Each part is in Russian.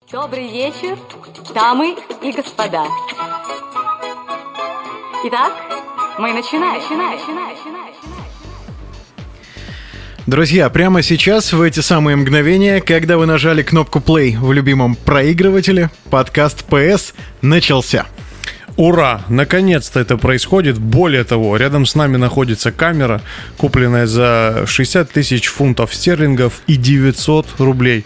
Добрый вечер, дамы и господа. Итак, мы начинаем. Друзья, прямо сейчас, в эти самые мгновения, когда вы нажали кнопку play в любимом проигрывателе, подкаст PS начался. Ура! Наконец-то это происходит. Более того, рядом с нами находится камера, купленная за 60 тысяч фунтов стерлингов и 900 рублей.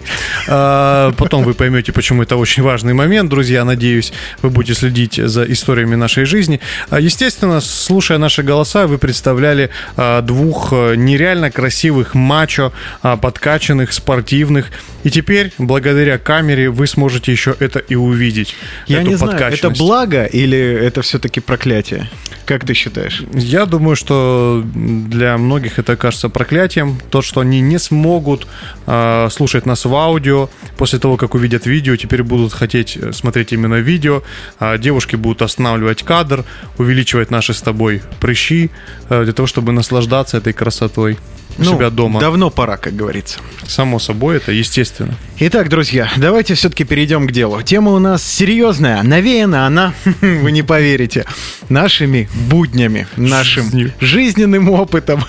Потом вы поймете, почему это очень важный момент, друзья. Надеюсь, вы будете следить за историями нашей жизни. Естественно, слушая наши голоса, вы представляли двух нереально красивых мачо, подкачанных, спортивных. И теперь, благодаря камере, вы сможете еще это и увидеть. Я не знаю, это благо или это все-таки проклятие? Как ты считаешь? Я думаю, что для многих это кажется проклятием. То, что они не смогут слушать нас в аудио, после того, как увидят видео, теперь будут хотеть смотреть именно видео. Девушки будут останавливать кадр, увеличивать наши с тобой прыщи, для того, чтобы наслаждаться этой красотой у себя дома. Давно пора, как говорится. Само собой, это естественно. Итак, друзья, давайте все-таки перейдем к делу. Тема у нас серьезная, навеяна она, вы не поверите, нашими буднями, нашим жизненным опытом,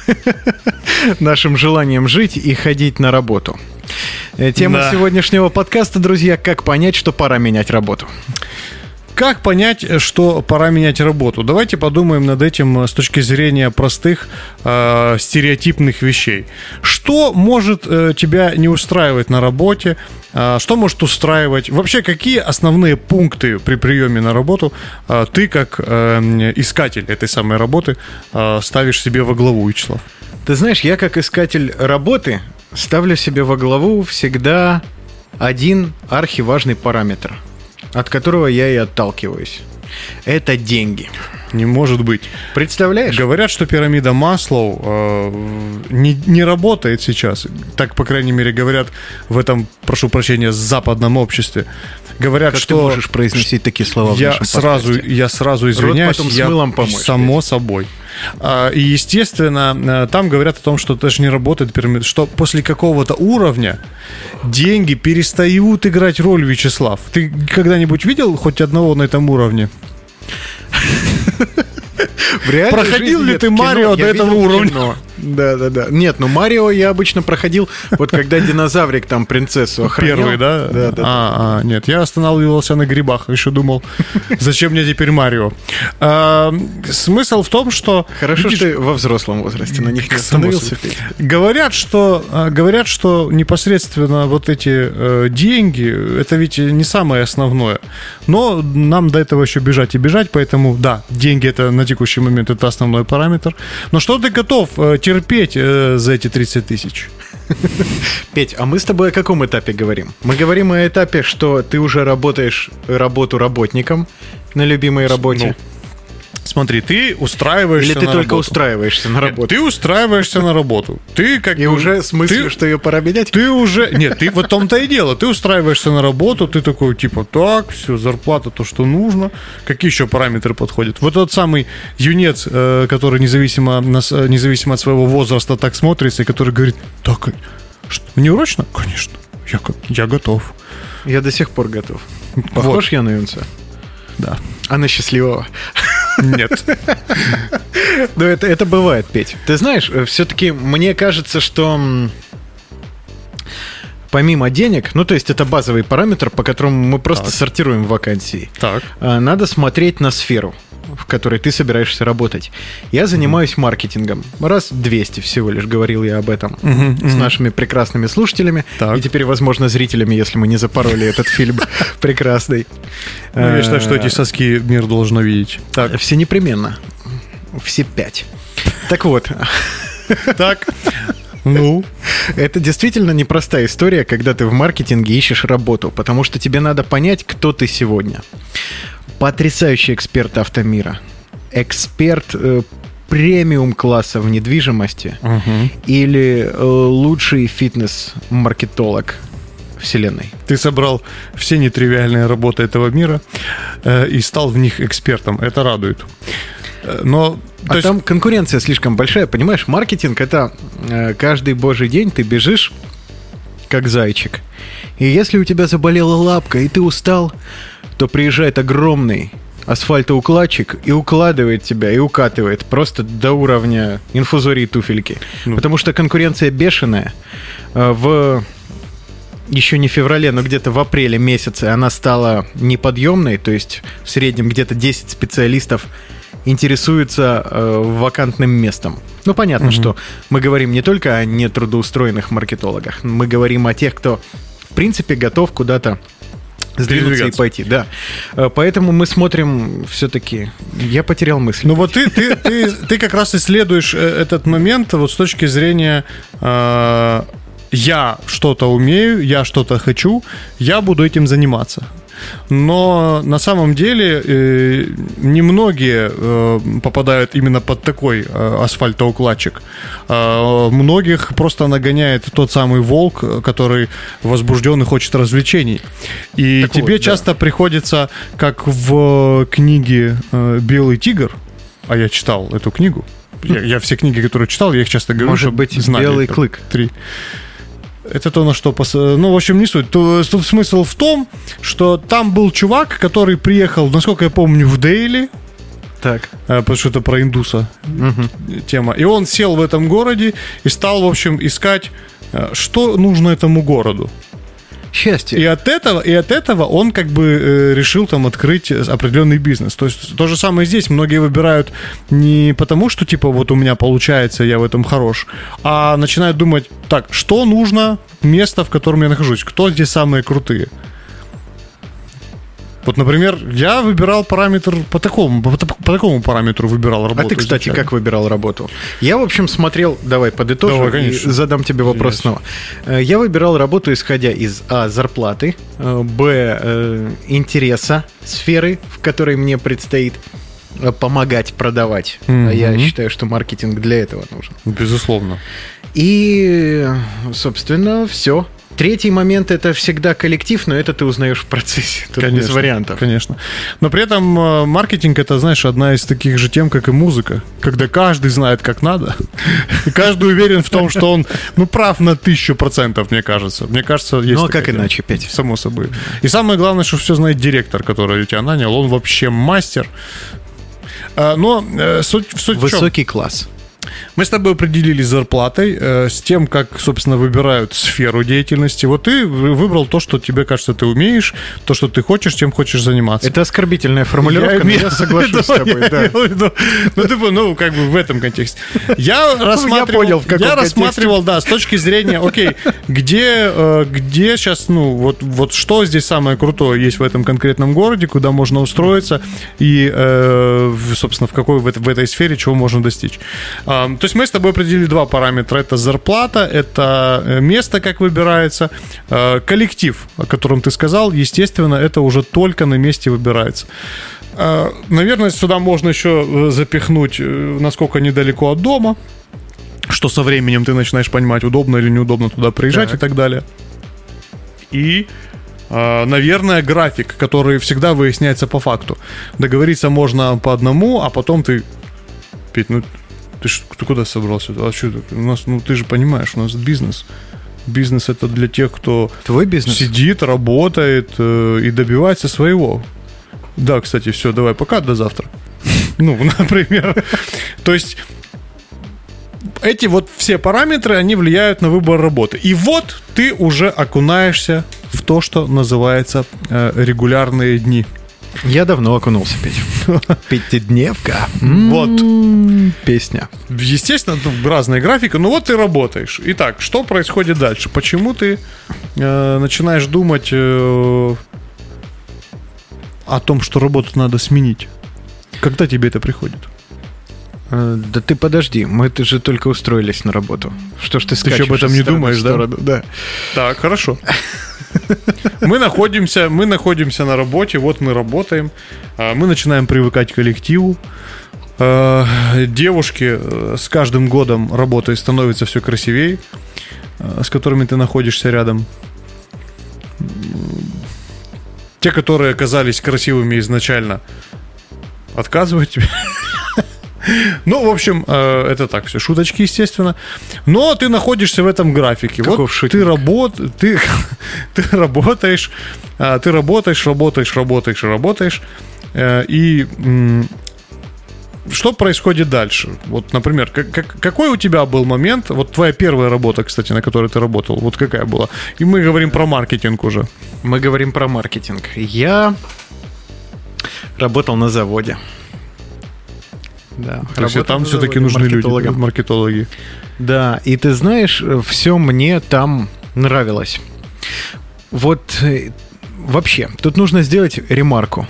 нашим желанием жить и ходить на работу. Тема сегодняшнего подкаста, друзья, как понять, что пора менять работу. Как понять, что пора менять работу? Давайте подумаем над этим с точки зрения простых стереотипных вещей. Что может тебя не устраивать на работе? Что может устраивать? Вообще, какие основные пункты при приеме на работу ты, как искатель этой самой работы, ставишь себе во главу, Вячеслав? Ты знаешь, я как искатель работы ставлю себе во главу всегда один архиважный параметр, от которого я и отталкиваюсь. Это деньги. Не может быть. Представляешь? Говорят, что пирамида Маслоу не работает сейчас. Так, по крайней мере, говорят в этом, прошу прощения, западном обществе. Говорят, как что... ты можешь произносить такие слова в нашем подкасте? Я сразу извиняюсь. Рот потом с мылом помочь. Само собой. И, естественно, там говорят о том, что это же не работает пирамида, что после какого-то уровня деньги перестают играть роль, Вячеслав. Ты когда-нибудь видел хоть одного на этом уровне? Проходил ли ты Марио до этого уровня? Да. Нет, Марио я обычно проходил, вот когда динозаврик там принцессу охранял. Первый, да? Да. Нет, я останавливался на грибах, еще думал, зачем мне теперь Марио? Смысл в том, что... Хорошо, что ты во взрослом возрасте на них не остановился. Говорят, что непосредственно вот эти деньги, это ведь не самое основное. Но нам до этого еще бежать и бежать, поэтому, да, деньги это на текущий момент это основной параметр. Но что ты готов терпеть за эти 30 тысяч? Петь, а мы с тобой о каком этапе говорим? Мы говорим о этапе, что ты уже работаешь работу работником на любимой работе. Смотри, ты устраиваешься на работу. Или ты только устраиваешься на работу? Ты устраиваешься на работу. Ты как и уже с мыслью, что ее пора менять? Ты уже... Нет, ты в том-то и дело. Ты устраиваешься на работу, ты такой, типа, так, все, зарплата, то, что нужно. Какие еще параметры подходят? Вот тот самый юнец, который независимо от своего возраста так смотрится, и который говорит, так, что, неурочно? Конечно, я готов. Я до сих пор готов. Похож я на юнца? Да. А на счастливого? Нет. Но это бывает, Петь. Ты знаешь, все-таки мне кажется, что помимо денег, то есть это базовый параметр, по которому мы просто сортируем вакансии. Так. Надо смотреть на сферу, в которой ты собираешься работать. Я занимаюсь маркетингом. Раз 200 всего лишь говорил я об этом с нашими прекрасными слушателями. Так. И теперь, возможно, зрителями, если мы не запороли этот фильм прекрасный. Я считаю, что эти соски мир должен увидеть. Так. Все непременно. Все 5. Так вот. Так. Это действительно непростая история, когда ты в маркетинге ищешь работу, потому что тебе надо понять, кто ты сегодня. Потрясающий эксперт автомира. Эксперт премиум-класса в недвижимости. Или лучший фитнес-маркетолог вселенной. Ты собрал все нетривиальные работы этого мира и стал в них экспертом. Это радует. Но там конкуренция слишком большая, понимаешь? Маркетинг — это каждый божий день ты бежишь как зайчик И если у тебя заболела лапка, и ты устал, то приезжает огромный асфальтоукладчик и укладывает тебя, и укатывает просто до уровня инфузории туфельки. Потому что конкуренция бешеная. Еще не в феврале, но где-то в апреле месяце она стала неподъемной, то есть в среднем где-то 10 специалистов интересуются вакантным местом. Ну, понятно, что мы говорим не только о нетрудоустроенных маркетологах, мы говорим о тех, кто, в принципе, готов куда-то сдвинуться и пойти. Да. Поэтому мы смотрим все-таки... Я потерял мысль. Ну вот ты как раз исследуешь этот момент вот с точки зрения... Я что-то умею, я что-то хочу, я буду этим заниматься. Но на самом деле немногие попадают именно под такой асфальтоукладчик. Многих просто нагоняет тот самый волк, который возбужден и хочет развлечений. И так тебе вот, часто приходится, как в книге «Белый тигр», а я читал эту книгу, я все книги, которые читал, я их часто говорю, может быть, знали, «Белый клык». 3. Это то, на что... Ну, в общем, не суть. Тут смысл в том, что там был чувак, который приехал, насколько я помню, в Дели. Так. Потому что это про индуса тема. И он сел в этом городе и стал, в общем, искать, что нужно этому городу. Счастье. И от этого он как бы решил там открыть определенный бизнес. То есть то же самое здесь. Многие выбирают не потому, что типа вот у меня получается, я в этом хорош, а начинают думать, так, что нужно место, в котором я нахожусь, кто здесь самые крутые. Вот, например, я выбирал параметр по такому параметру выбирал работу. А ты, кстати, как выбирал работу? Я, в общем, смотрел... Давай подытожу и задам тебе вопрос снова. Я выбирал работу, исходя из зарплаты, интереса сферы, в которой мне предстоит помогать продавать. Я считаю, что маркетинг для этого нужен. Безусловно. И, собственно, все. Третий момент — это всегда коллектив, но это ты узнаешь в процессе. Тут конечно, без вариантов. Конечно. Но при этом маркетинг — это, знаешь, одна из таких же тем, как и музыка. Когда каждый знает, как надо. И каждый уверен в том, что он, прав на 1000%, мне кажется. Мне кажется, есть. Ну, а как иначе, Петя? Само собой. И самое главное, что все знает директор, который тебя нанял. Он вообще мастер. Но суть в чем? Высокий класс. Мы с тобой определились с зарплатой, с тем, как, собственно, выбирают сферу деятельности. Вот ты выбрал то, что тебе кажется, ты умеешь, то, что ты хочешь, чем хочешь заниматься. Это оскорбительная формулировка, но я соглашусь с тобой. Ну, как бы в этом контексте. Я рассматривал, да, с точки зрения, окей, где сейчас, вот что здесь самое крутое есть в этом конкретном городе, куда можно устроиться и, собственно, в этой сфере чего можно достичь. То есть мы с тобой определили два параметра. Это зарплата, это место, как выбирается. Коллектив, о котором ты сказал, естественно, это уже только на месте выбирается. Наверное, сюда можно еще запихнуть, насколько недалеко от дома, что со временем ты начинаешь понимать, удобно или неудобно туда приезжать и так далее. И, наверное, график, который всегда выясняется по факту. Договориться можно по одному, а потом ты... Петь, ты куда собрался? А что у нас, ты же понимаешь, у нас бизнес. Бизнес — это для тех, кто твой бизнес сидит, работает и добивается своего. Да, кстати, все, давай, пока, до завтра. Например. То есть эти вот все параметры, они влияют на выбор работы. И вот ты уже окунаешься в то, что называется регулярные дни. Я давно окунулся, Петя. Пятидневка. Вот. Песня. Естественно, разная графика, но вот ты работаешь. Итак, что происходит дальше? Почему ты начинаешь думать о том, что работу надо сменить? Когда тебе это приходит? Да ты подожди, мы-то же только устроились на работу. Что ж ты скачешь? Ты еще об этом не думаешь, да? Да. Так, хорошо. Мы находимся на работе, вот мы работаем, мы начинаем привыкать к коллективу. Девушки с каждым годом работы становятся все красивее, с которыми ты находишься рядом. Те, которые оказались красивыми изначально, отказывают тебе. Ну, в общем, это так, все шуточки, естественно. Но ты находишься в этом графике. Каков вот шутник? ты работаешь, и что происходит дальше? Вот, например, какой у тебя был момент, вот твоя первая работа, кстати, на которой ты работал, вот какая была? И мы говорим про маркетинг уже. Мы говорим про маркетинг. Я работал на заводе. Да, то есть там все-таки нужны люди, маркетологи. Да, и ты знаешь, все мне там нравилось. Вот вообще, тут нужно сделать ремарку.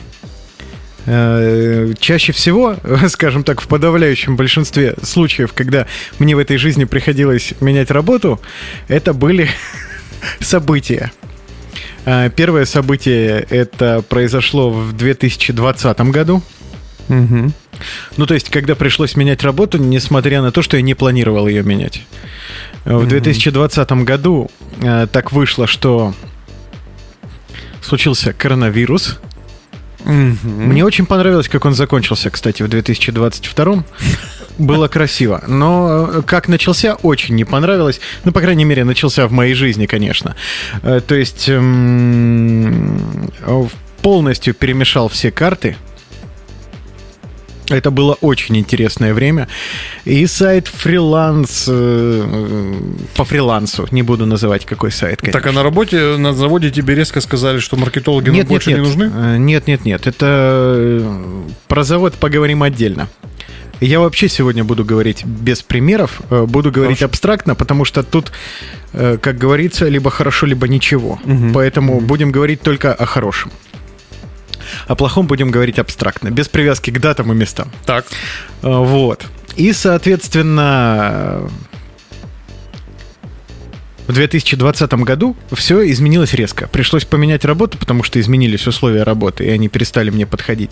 Чаще всего, скажем так, в подавляющем большинстве случаев, когда мне в этой жизни приходилось менять работу, это были события. Первое событие это произошло в 2020 году. Угу. Ну, то есть, когда пришлось менять работу, несмотря на то, что я не планировал ее менять. В 2020 году так вышло, что случился коронавирус. Мне очень понравилось, как он закончился, кстати, в 2022. Было красиво. Но как начался, очень не понравилось. Ну, по крайней мере, начался в моей жизни, конечно. То есть полностью перемешал все карты. Это было очень интересное время. И сайт фриланс... По фрилансу. Не буду называть, какой сайт, конечно. Так, а на работе, на заводе тебе резко сказали, что маркетологи нам больше не нужны? Нет. Это... Про завод поговорим отдельно. Я вообще сегодня буду говорить без примеров. Буду говорить абстрактно, потому что тут, как говорится, либо хорошо, либо ничего. Поэтому будем говорить только о хорошем. О плохом будем говорить абстрактно, без привязки к датам и местам. Так. Вот. И, соответственно, в 2020 году все изменилось резко. Пришлось поменять работу, потому что изменились условия работы, и они перестали мне подходить.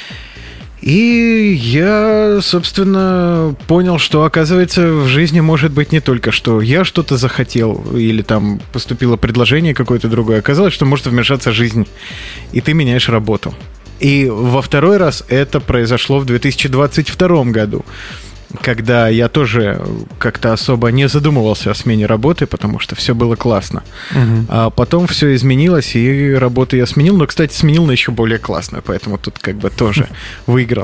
И я, собственно, понял, что, оказывается, в жизни может быть не только, что я что-то захотел, или там поступило предложение какое-то другое. Оказалось, что может вмешаться жизнь, и ты меняешь работу. И во второй раз это произошло в 2022 году, когда я тоже как-то особо не задумывался о смене работы, потому что все было классно. А потом все изменилось, и работу я сменил. Но, кстати, сменил на еще более классную, поэтому тут как бы тоже выиграл.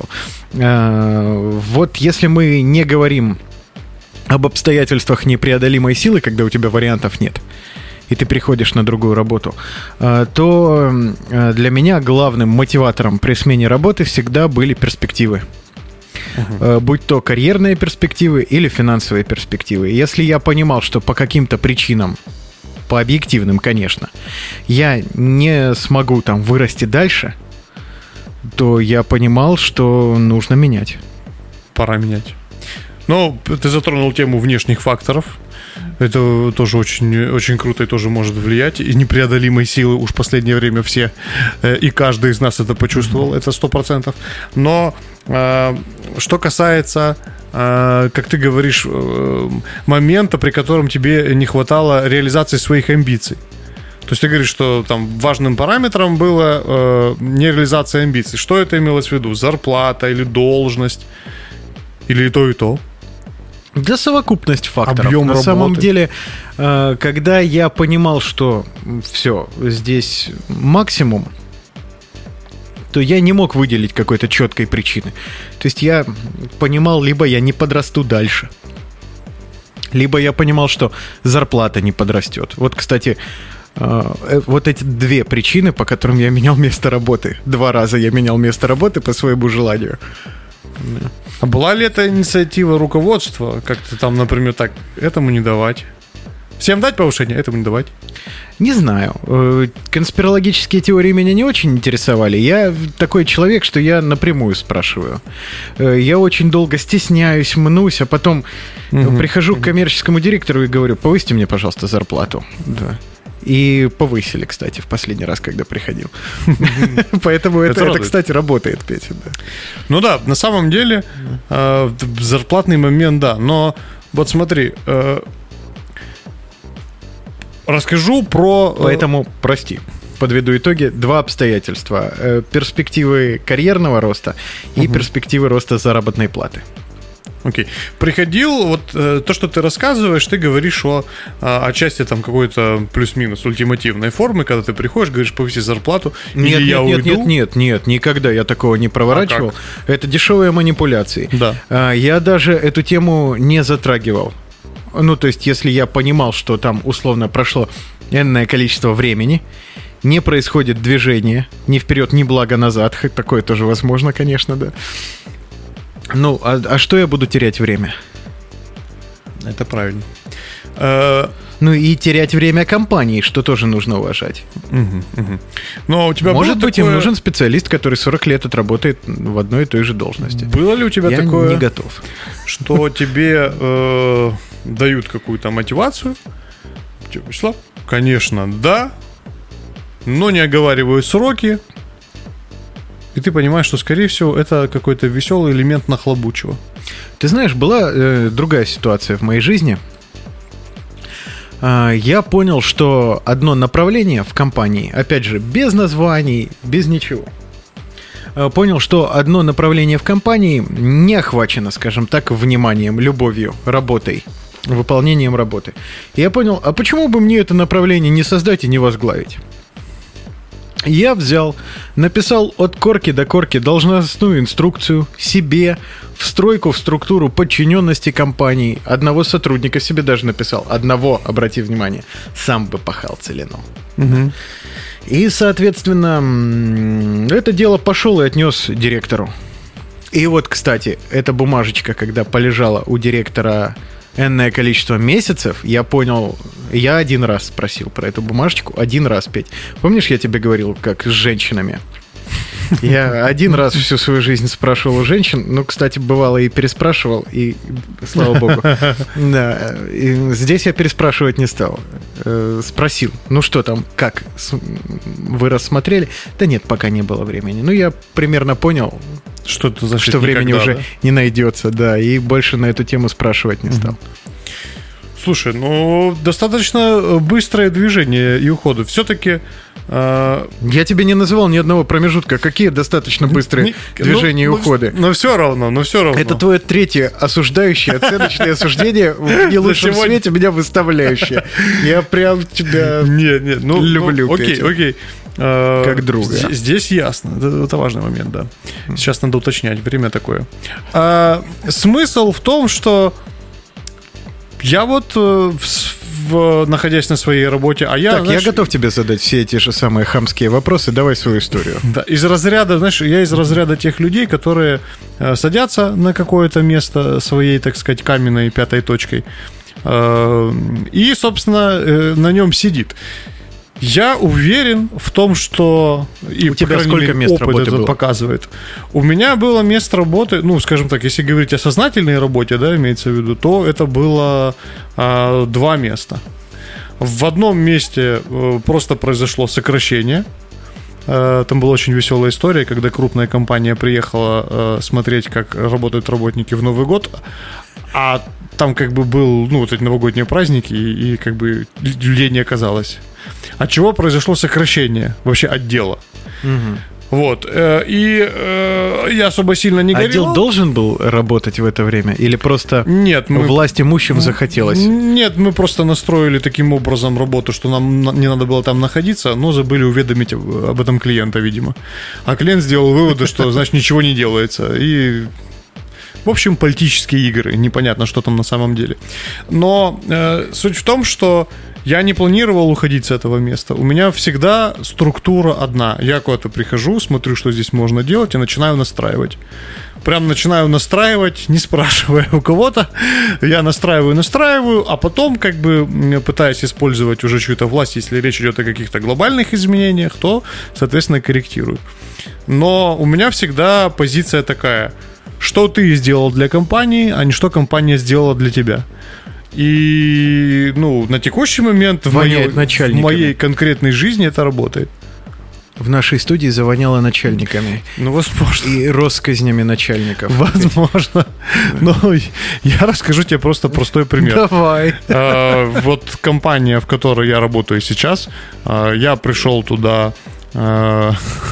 Вот если мы не говорим об обстоятельствах непреодолимой силы, когда у тебя вариантов нет, и ты приходишь на другую работу, то для меня главным мотиватором при смене работы всегда были перспективы. Будь то карьерные перспективы или финансовые перспективы. Если я понимал, что по каким-то причинам, по объективным, конечно, я не смогу там вырасти дальше, то я понимал, что нужно менять. Пора менять. Но ты затронул тему внешних факторов. Это тоже очень, очень круто и тоже может влиять. И непреодолимой силы уж в последнее время все, и каждый из нас это почувствовал, это 100%. Но что касается, как ты говоришь, момента, при котором тебе не хватало реализации своих амбиций. То есть ты говоришь, что там важным параметром была не реализация амбиций. Что это имелось в виду? Зарплата или должность? Или и то, и то? Да, совокупность факторов. Объем На работы. самом деле, когда я понимал, что все, здесь максимум, то я не мог выделить какой-то четкой причины. То есть я понимал, либо я не подрасту дальше, либо я понимал, что зарплата не подрастет. Вот, кстати, вот эти две причины, по которым я менял место работы. 2 раза я менял место работы по своему желанию. А была ли это инициатива руководства? Как-то там, например, так, этому не давать. Всем дать повышение, этому не давать? Не знаю. Конспирологические теории меня не очень интересовали. Я такой человек, что я напрямую спрашиваю. Я очень долго стесняюсь, мнусь, а потом прихожу к коммерческому директору и говорю: повысьте мне, пожалуйста, зарплату. Да. И повысили, кстати, в последний раз, когда приходил. Поэтому это, кстати, работает, Петя. Ну да, на самом деле зарплатный момент, да. Но вот смотри, расскажу про... Поэтому, прости, подведу итоги. 2 обстоятельства. Перспективы карьерного роста и перспективы роста заработной платы. Окей. Приходил, вот то, что ты рассказываешь, ты говоришь о отчасти там какой-то плюс-минус ультимативной формы, когда ты приходишь, говоришь, повыси зарплату, Нет, или я уйду. Нет, никогда я такого не проворачивал. Это дешевые манипуляции. Да. Я даже эту тему не затрагивал. Ну, то есть, если я понимал, что там условно прошло энное количество времени, не происходит движение ни вперед, ни благо назад. Такое тоже возможно, конечно, да. Ну, а что я буду терять время? Это правильно. Ну и терять время компании, что тоже нужно уважать. Но у тебя Может быть, такое... им нужен специалист, который 40 лет отработает в одной и той же должности. Было ли у тебя я такое, не готов, что тебе дают какую-то мотивацию? Вячеслав? Конечно, да, но не оговаривают сроки. И ты понимаешь, что, скорее всего, это какой-то веселый элемент нахлобучего. Ты знаешь, была другая ситуация в моей жизни. Я понял, что одно направление в компании, опять же, без названий, без ничего, понял, что одно направление в компании не охвачено, скажем так, вниманием, любовью, работой, выполнением работы. И я понял, а почему бы мне это направление не создать и не возглавить? Я взял, написал от корки до корки должностную инструкцию себе, встройку в структуру подчиненности компании. Одного сотрудника себе даже написал. Одного, обрати внимание, сам бы пахал целину. Угу. И, соответственно, это дело пошел и отнес директору. И вот, кстати, эта бумажечка, когда полежала у директора энное количество месяцев, я понял, я один раз спросил про эту бумажечку, один раз, Петь. Помнишь, я тебе говорил, как с женщинами? Я один раз всю свою жизнь спрашивал у женщин, ну, кстати, бывало и переспрашивал, и слава богу. Да, и здесь я переспрашивать не стал. Спросил, ну что там, как, вы рассмотрели? Да нет, пока не было времени. Ну, я примерно понял, что времени никогда, уже да? не найдется, да, и больше на эту тему спрашивать не стал. Слушай, ну, достаточно быстрое движение и уходы. Все-таки... Я тебе не называл ни одного промежутка. Какие достаточно быстрые движения и уходы? Но все равно. Это твое третье осуждающее, оценочное осуждение в не лучшем свете, меня выставляющее. Я прям тебя люблю, Петя. Окей. Как друга. Здесь ясно. Это важный момент, да. Сейчас надо уточнять. Время такое. Смысл в том, что я вот, находясь на своей работе, я готов тебе задать все эти же самые хамские вопросы. Давай свою историю. Да, я из разряда тех людей, которые садятся на какое-то место своей, так сказать, каменной пятой точкой и, собственно, на нем сидит. Я уверен в том, что и, у тебя сколько мест работы было? Показывает. У меня было место работы, ну, скажем так, если говорить о сознательной работе, да, имеется в виду, то это было 2 места. В одном месте просто произошло сокращение. Там была очень веселая история, когда крупная компания приехала смотреть, как работают работники в Новый год, а там как бы был, ну, вот эти новогодние праздники, и как бы людей не оказалось. От чего произошло сокращение вообще отдела. Угу. Вот. Я особо сильно не горел. Отдел должен был работать в это время? Или просто власть имущим захотелось? Нет, мы просто настроили таким образом работу, что нам не надо было там находиться, но забыли уведомить об этом клиента, видимо. А клиент сделал выводы, что, значит, ничего не делается. И... В общем, политические игры. Непонятно, что там на самом деле. Но суть в том, что я не планировал уходить с этого места. У меня всегда структура одна. Я куда-то прихожу, смотрю, что здесь можно делать, и начинаю настраивать. Прям начинаю настраивать, не спрашивая у кого-то. Я настраиваю, а потом, как бы, пытаясь использовать уже чью-то власть, если речь идет о каких-то глобальных изменениях, то, соответственно, корректирую. Но у меня всегда позиция такая: что ты сделал для компании, а не что компания сделала для тебя. И, ну, на текущий момент в моей конкретной жизни это работает. В нашей студии завоняло начальниками. Ну, возможно. И россказнями начальников. Возможно. Но я расскажу тебе просто простой пример. Давай. Вот компания, в которой я работаю сейчас, я пришел туда с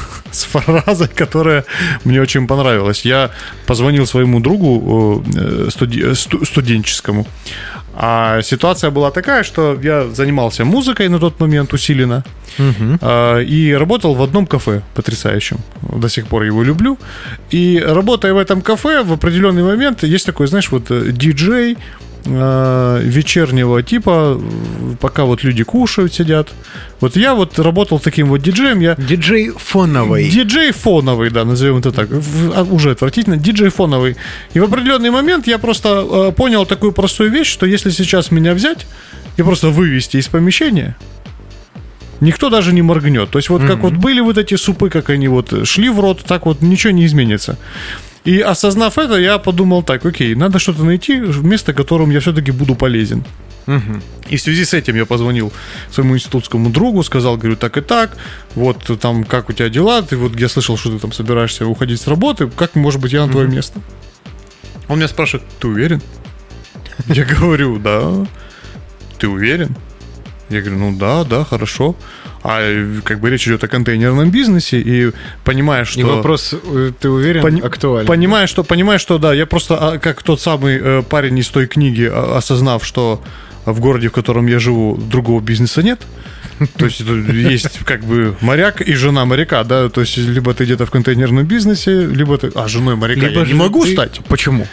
фразой, которая мне очень понравилась. Я позвонил своему другу студенческому. А ситуация была такая, что я занимался музыкой на тот момент усиленно и работал в одном кафе потрясающем. До сих пор его люблю. И работая в этом кафе, в определенный момент есть такой, знаешь, вот диджей вечернего типа, пока вот люди кушают, сидят. Вот я вот работал таким вот диджеем. Диджей фоновый. Диджей фоновый, да, назовем это так. Уже отвратительно. Диджей фоновый. И в определенный момент я просто понял такую простую вещь, что если сейчас меня взять и просто вывести из помещения, никто даже не моргнет. То есть вот как вот были вот эти супы, как они вот шли в рот, так вот ничего не изменится. И осознав это, я подумал так: окей, надо что-то найти, место, которым я все-таки буду полезен. И в связи с этим я позвонил своему институтскому другу, сказал, говорю, так и так, вот там, как у тебя дела, ты вот я слышал, что ты там собираешься уходить с работы, как, может быть, я на твое место? Он меня спрашивает: ты уверен? Я говорю: да. Ты уверен? Я говорю: ну да, хорошо. А как бы речь идет о контейнерном бизнесе, и понимаешь, что... И вопрос, ты уверен, актуален? Понимаешь, что да, я просто, как тот самый парень из той книги, осознав, что в городе, в котором я живу, другого бизнеса нет. То есть есть как бы моряк и жена моряка, да, то есть либо ты где-то в контейнерном бизнесе, либо ты... А женой моряка либо я не могу стать. Почему?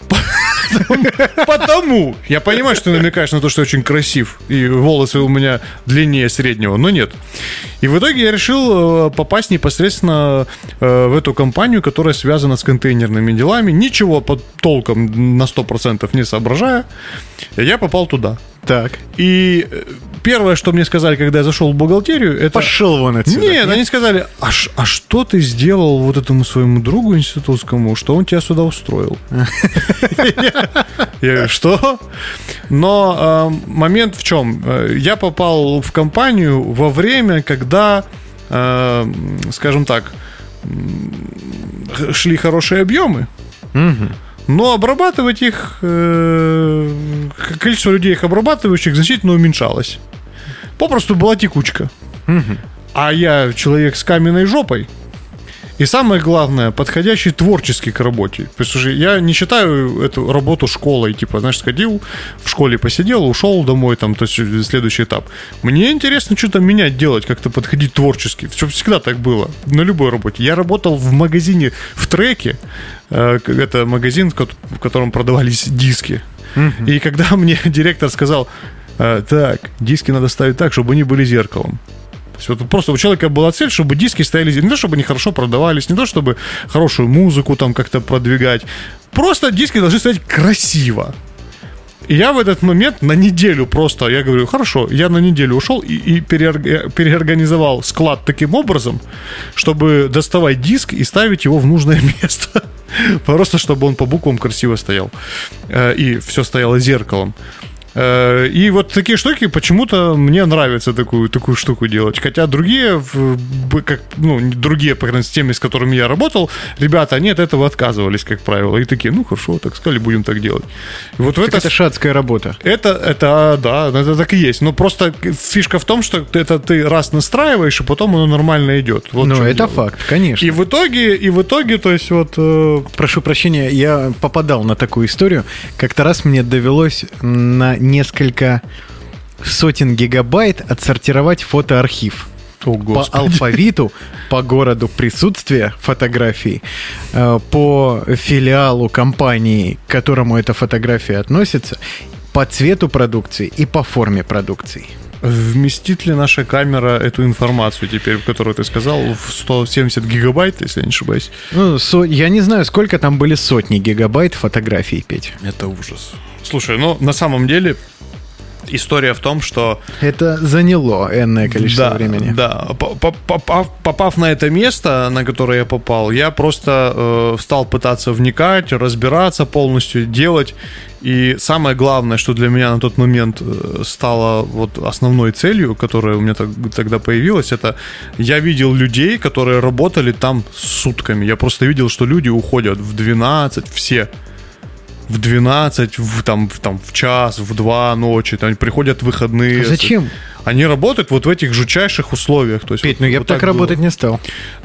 Потому. Я понимаю, что ты намекаешь на то, что я очень красив, и волосы у меня длиннее среднего, но нет. И в итоге я решил попасть непосредственно в эту компанию, которая связана с контейнерными делами, ничего под толком на 100% не соображая. Я попал туда. Так. И первое, что мне сказали, когда я зашел в бухгалтерию, это... Пошел вон отсюда. Нет, они сказали: а что ты сделал вот этому своему другу институтскому, что он тебя сюда устроил? Я говорю: что? Но момент в чем? Я попал в компанию во время, когда, скажем так, шли хорошие объемы. Но обрабатывать их, количество людей, их обрабатывающих, значительно уменьшалось. Попросту была текучка. А я человек с каменной жопой. И самое главное, подходящий творчески к работе. Потому что я не считаю эту работу школой. Типа, знаешь, сходил, в школе посидел, ушел домой, там, то есть следующий этап. Мне интересно что-то менять, делать, как-то подходить творчески. Все всегда так было, на любой работе. Я работал в магазине в Треке. Это магазин, в котором продавались диски. И когда мне директор сказал: так, диски надо ставить так, чтобы они были зеркалом. То есть вот просто у человека была цель, чтобы диски стояли, не то чтобы они хорошо продавались, не то чтобы хорошую музыку там как-то продвигать. Просто диски должны стоять красиво. И я в этот момент на неделю просто, я говорю: хорошо, я на неделю ушел и переорганизовал склад таким образом, чтобы доставать диск и ставить его в нужное место. Просто чтобы он по буквам красиво стоял. И все стояло зеркалом. И вот такие штуки почему-то мне нравится такую штуку делать. Хотя другие, другие, по крайней мере, с теми, с которыми я работал, ребята, они от этого отказывались, как правило. И такие: ну хорошо, так сказали, будем так делать. И вот это шатская работа. Это так и есть. Но просто фишка в том, что это ты раз настраиваешь, и потом оно нормально идет. Вот это дело. Факт, конечно. И в итоге, то есть вот... Прошу прощения, я попадал на такую историю. Как-то раз мне довелось на несколько сотен гигабайт отсортировать фотоархив. По алфавиту, по городу присутствия фотографий, по филиалу компании, к которому эта фотография относится, по цвету продукции и по форме продукции. Вместит ли наша камера эту информацию теперь, которую ты сказал, в 170 гигабайт, если я не ошибаюсь? Я не знаю, сколько там были сотни гигабайт фотографий, Петь. Это ужас. Слушай, на самом деле история в том, что... Это заняло энное количество времени. Да, попав на это место, на которое я попал, я просто стал пытаться вникать, разбираться полностью, делать. И самое главное, что для меня на тот момент стало вот основной целью, которая у меня тогда появилась, это я видел людей, которые работали там сутками. Я просто видел, что люди уходят в 12, все. В 12, в час, в 2 ночи, там приходят выходные. А зачем? они работают вот в этих жутчайших условиях. То есть Петь, вот, я бы вот так было. работать не стал.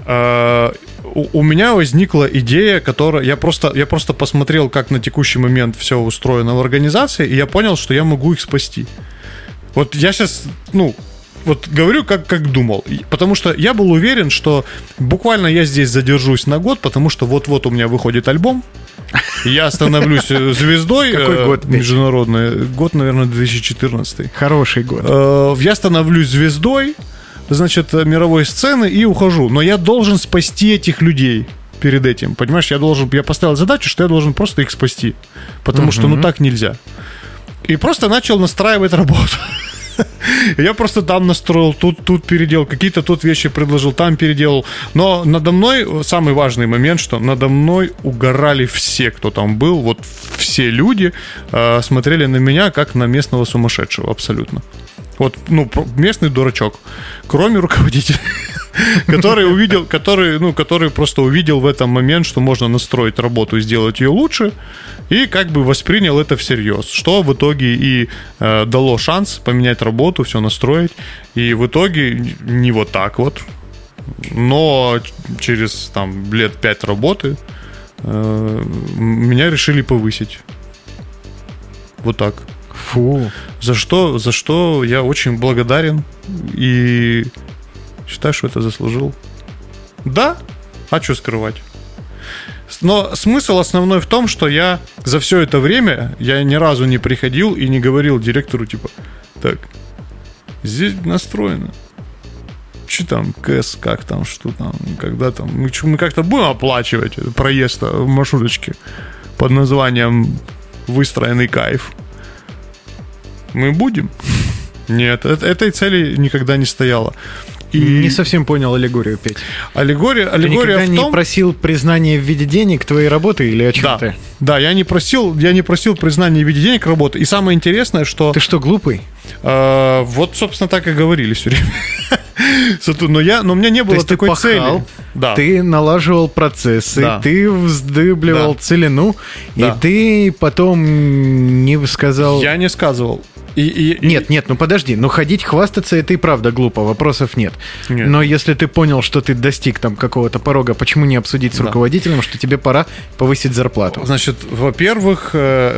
У меня возникла идея, которая... Я просто посмотрел, как на текущий момент все устроено в организации, и я понял, что я могу их спасти. Вот я сейчас, вот говорю, как думал. Потому что я был уверен, что буквально я здесь задержусь на год, потому что вот-вот у меня выходит альбом. Я становлюсь звездой. Какой год? Международный. Год, наверное, 2014. Хороший год. Я становлюсь звездой, значит, мировой сцены и ухожу. Но я должен спасти этих людей перед этим. Понимаешь, я поставил задачу, что я должен просто их спасти. Потому что, так нельзя. И просто начал настраивать работу. Я просто там настроил, тут переделал, какие-то тут вещи предложил, там переделал. Но надо мной, самый важный момент, что надо мной угорали все, кто там был. Вот все люди смотрели на меня как на местного сумасшедшего абсолютно. Вот, местный дурачок. Кроме руководителя, который просто увидел в этом момент, что можно настроить работу и сделать ее лучше, и как бы воспринял это всерьез. Что в итоге и дало шанс поменять работу, все настроить. И в итоге не вот так вот, но через лет 5 работы меня решили повысить. Вот так. Фу. За что я очень благодарен и считаю, что это заслужил. Да, а что скрывать? Но смысл основной в том, что я за все это время, я ни разу не приходил и не говорил директору, типа, так, здесь настроено. Что там, КЭС, как там, что там, когда там. Мы как-то будем оплачивать проезд в маршруточке под названием «Выстроенный кайф». Мы будем? Нет, этой цели никогда не стояло. И... Не совсем понял аллегорию, Петь. Аллегория ты никогда в том... не просил признания в виде денег твоей работы или о чем ты? Да, я не просил признания в виде денег работы. И самое интересное, что... Ты что, глупый? Вот, собственно, так и говорили все время. Но у меня не было такой цели. Да. Ты налаживал процессы, Да. ты вздыбливал Да. целину, Да. и ты потом не сказал... Я не сказывал. Нет, подожди, ходить хвастаться это и правда глупо, вопросов нет. Но если ты понял, что ты достиг там какого-то порога, почему не обсудить с руководителем, что тебе пора повысить зарплату? Значит, во-первых,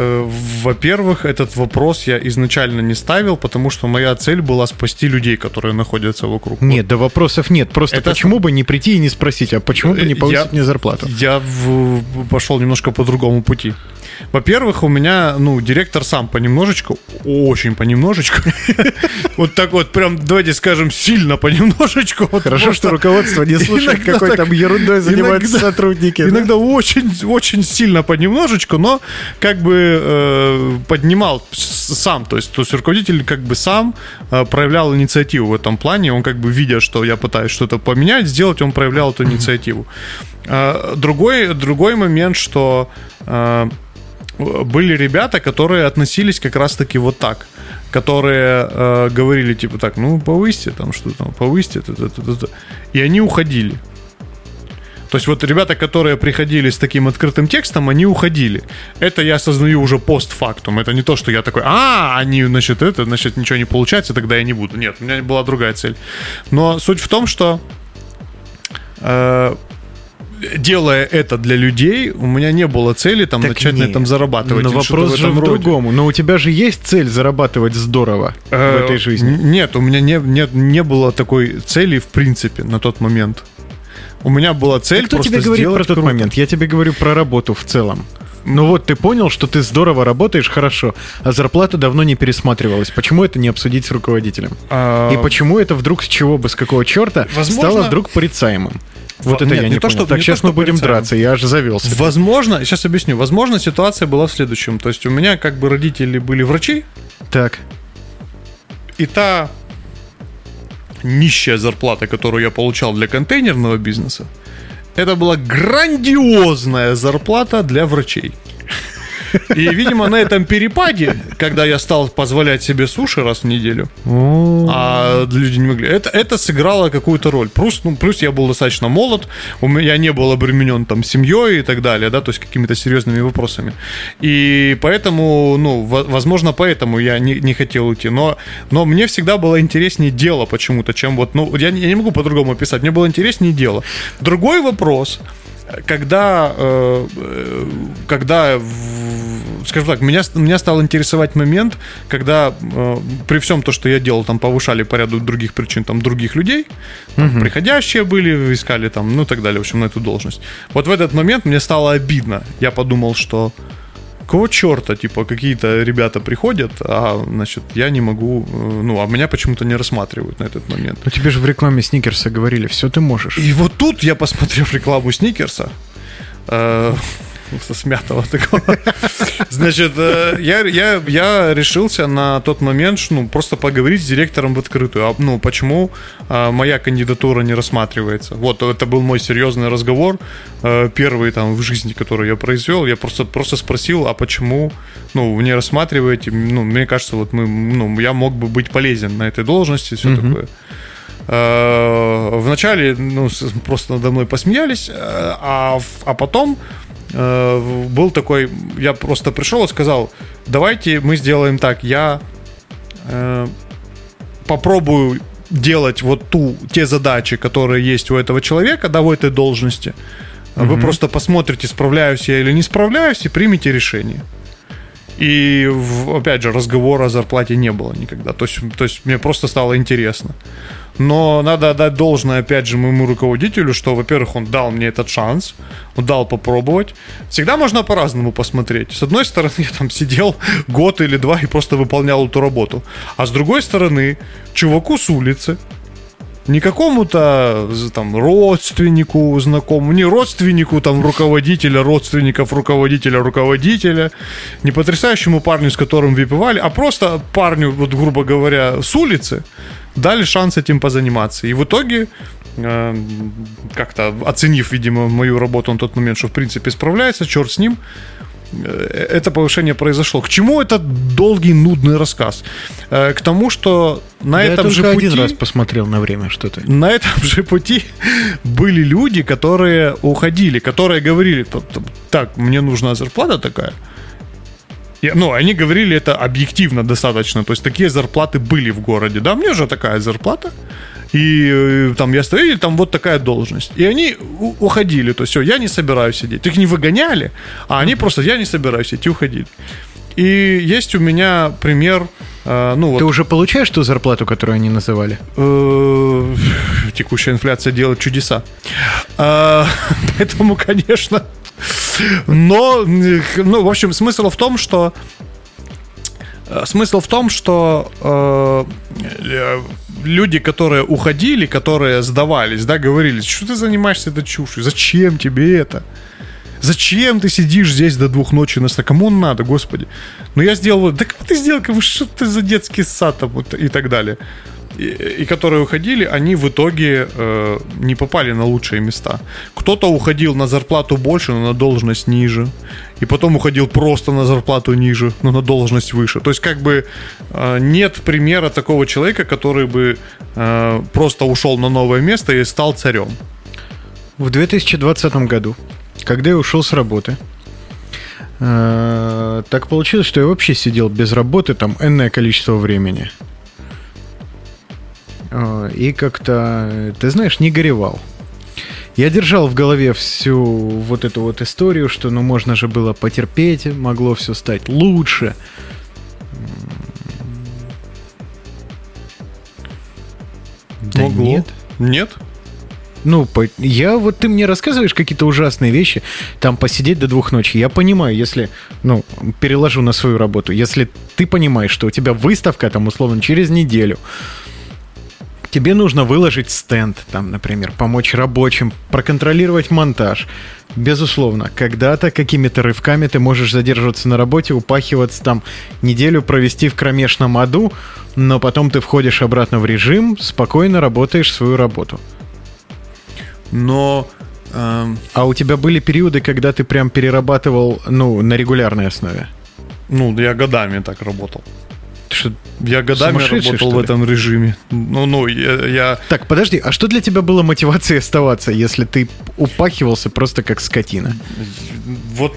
этот вопрос я изначально не ставил, потому что моя цель была спасти людей, которые находятся вокруг. Нет, да вопросов нет. Просто почему бы не прийти и не спросить, а почему бы не повысить мне зарплату? Я пошел немножко по другому пути. Во-первых, у меня, директор сам понемножечку, очень понемножечку, вот так вот прям, давайте скажем, сильно понемножечку. Хорошо, что руководство не слушает, какой там ерундой занимаются сотрудники. Иногда очень сильно понемножечку, но как бы поднимал сам, то есть руководитель как бы сам проявлял инициативу в этом плане, он как бы, видя, что я пытаюсь что-то поменять, сделать, он проявлял эту инициативу. Другой момент, что... были ребята, которые относились как раз-таки вот так, которые говорили типа так, повысьте там что там, повысьте, и они уходили. То есть вот ребята, которые приходили с таким открытым текстом, они уходили. Это я осознаю уже постфактум. Это не то, что я такой, они, значит, ничего не получается, тогда я не буду. Нет, у меня была другая цель. Но суть в том, что делая это для людей, у меня не было цели там начать на этом зарабатывать. Но вопрос же в другому. Но у тебя же есть цель зарабатывать здорово в этой жизни? Нет, у меня не было такой цели в принципе на тот момент. У меня была цель кто просто тебе говорит про тот круто. момент? Я тебе говорю про работу в целом. Вот ты понял, что ты здорово работаешь, хорошо, а зарплата давно не пересматривалась. Почему это не обсудить с руководителем? И почему это вдруг с чего бы, с какого черта стало вдруг порицаемым? Вот это я не понял. Так, сейчас мы будем драться, я аж завелся. Возможно, сейчас объясню. Возможно, ситуация была в следующем. То есть у меня как бы родители были врачи. Так. И та нищая зарплата, которую я получал для контейнерного бизнеса, это была грандиозная зарплата для врачей. И, видимо, на этом перепаде, когда я стал позволять себе суши раз в неделю, а люди не могли, это сыграло какую-то роль. Плюс я был достаточно молод, я не был обременен там семьей и так далее, да, то есть какими-то серьезными вопросами. И поэтому, возможно, поэтому я не хотел уйти. Но мне всегда было интереснее дело почему-то, чем вот, я не могу по-другому описать, мне было интереснее дело. Другой вопрос, когда скажем так, меня стал интересовать момент, когда при всем то, что я делал, там повышали по ряду других причин там других людей, там, приходящие были, искали там, и так далее, в общем, на эту должность. Вот в этот момент мне стало обидно. Я подумал, что какого черта, типа, какие-то ребята приходят, а, значит, я не могу, а меня почему-то не рассматривают на этот момент. Но тебе же в рекламе Сникерса говорили, все ты можешь. И вот тут я, посмотрев рекламу Сникерса, со смятого такого, значит, я решился на тот момент, просто поговорить с директором в открытую. Почему моя кандидатура не рассматривается? Вот, это был мой серьезный разговор, первый там в жизни, который я произвел. Я просто спросил, а почему, вы не рассматриваете? Мне кажется, вот я мог бы быть полезен на этой должности, все такое. Вначале, просто надо мной посмеялись, а потом был такой, я просто пришел и сказал, давайте мы сделаем так, я попробую делать вот те задачи, которые есть у этого человека, да, в этой должности. Вы просто посмотрите, справляюсь я или не справляюсь, и примите решение. И, опять же, разговора о зарплате не было никогда. То есть мне просто стало интересно. Но надо отдать должное, опять же, моему руководителю, что, во-первых, он дал мне этот шанс, он дал попробовать. Всегда можно по-разному посмотреть. С одной стороны, я там сидел год или два и просто выполнял эту работу. А с другой стороны, чуваку с улицы, не какому-то там родственнику, знакомому, не родственнику там руководителя, родственников руководителя, не потрясающему парню, с которым выпивали, а просто парню, вот грубо говоря, с улицы, дали шанс этим позаниматься. И в итоге, как-то оценив, видимо, мою работу на тот момент, что в принципе справляется, черт с ним, это повышение произошло. К чему этот долгий, нудный рассказ? К тому, что на этом же пути... один раз посмотрел на время что-то. На этом же пути были люди, которые уходили, которые говорили, так, мне нужна зарплата такая. Они говорили это объективно достаточно. То есть такие зарплаты были в городе. Да, мне же такая зарплата. И там я стою, и там вот такая должность. И они уходили. То есть все, я не собираюсь сидеть. Их не выгоняли, а они просто, я не собираюсь сидеть, и уходили. И есть у меня пример. Ты уже получаешь ту зарплату, которую они называли? Текущая инфляция делает чудеса. Поэтому, конечно... Но, в общем, смысл в том, что люди, которые уходили, которые сдавались, да, говорили, что ты занимаешься этой чушью, зачем тебе это? Зачем ты сидишь здесь до 2 ночи кому он надо, господи? Я сделал, да как ты сделал, что ты за детский сад там, и так далее. И которые уходили, они в итоге не попали на лучшие места. Кто-то уходил на зарплату больше, но на должность ниже. И потом уходил просто на зарплату ниже, но на должность выше. То есть нет примера такого человека, который бы просто ушел на новое место и стал царем. В 2020 году, когда я ушел с работы, так получилось, что я вообще сидел без работы там энное количество времени. И как-то, ты знаешь, не горевал. Я держал в голове всю вот эту вот историю, что можно же было потерпеть, могло все стать лучше. Да могло. Нет. Нет? Ты мне рассказываешь какие-то ужасные вещи, там посидеть до 2 ночи. Я понимаю, если, переложу на свою работу, если ты понимаешь, что у тебя выставка, там, условно, через неделю, тебе нужно выложить стенд, там, например, помочь рабочим, проконтролировать монтаж. Безусловно, когда-то какими-то рывками ты можешь задерживаться на работе, упахиваться там, неделю провести в кромешном аду, но потом ты входишь обратно в режим, спокойно работаешь свою работу. Но А у тебя были периоды, когда ты прям перерабатывал, на регулярной основе? Я годами так работал. Что, я годами работал в этом режиме. Я... Так, подожди, а что для тебя было мотивацией оставаться, если ты упахивался просто как скотина? Вот,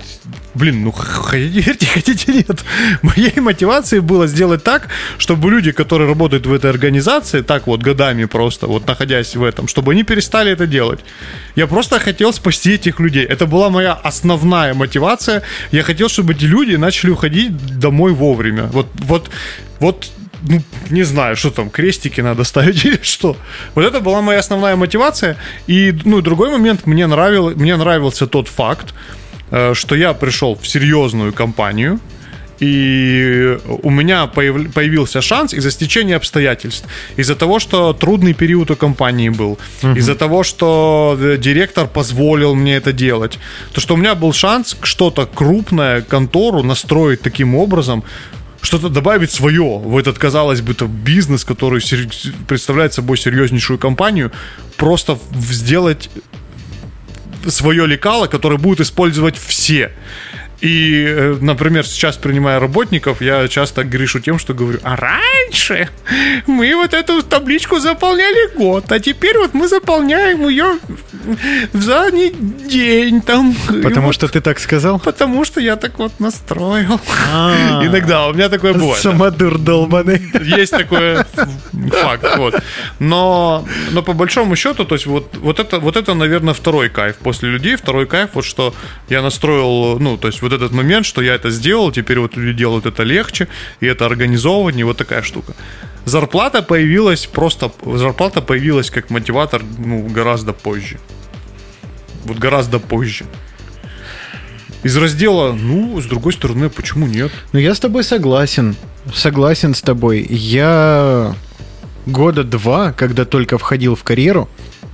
хотите, нет. Моей мотивацией было сделать так, чтобы люди, которые работают в этой организации, так вот годами просто, вот находясь в этом, чтобы они перестали это делать. Я просто хотел спасти этих людей. Это была моя основная мотивация. Я хотел, чтобы эти люди начали уходить домой вовремя. Вот, не знаю, что там, крестики надо ставить или что. Вот это была моя основная мотивация. И, другой момент, мне нравился тот факт, что я пришел в серьезную компанию, и у меня появился шанс из-за стечения обстоятельств, из-за того, что трудный период у компании был, из-за того, что директор позволил мне это делать, то что у меня был шанс что-то крупное, контору настроить таким образом, что-то добавить свое в этот, казалось бы, бизнес, который представляет собой серьезнейшую компанию, просто сделать свое лекало, которое будут использовать все. И, например, сейчас, принимая работников, я часто грешу тем, что говорю: а раньше мы вот эту табличку заполняли год, а теперь вот мы заполняем ее за день там. Потому что ты так сказал? Потому что я так вот настроил. Иногда у меня такое бывает. Самодур долбаный. Есть такой факт. Вот. Но по большому счету, то есть вот это, наверное, второй кайф после людей. Второй кайф, вот что я настроил, то есть вот этот момент, что я это сделал, теперь вот люди делают это легче, и это организовывание, вот такая штука. Зарплата появилась как мотиватор, гораздо позже. Вот гораздо позже. Из раздела, с другой стороны, почему нет? Я с тобой согласен. Согласен с тобой. Я года 2, когда только входил в карьеру,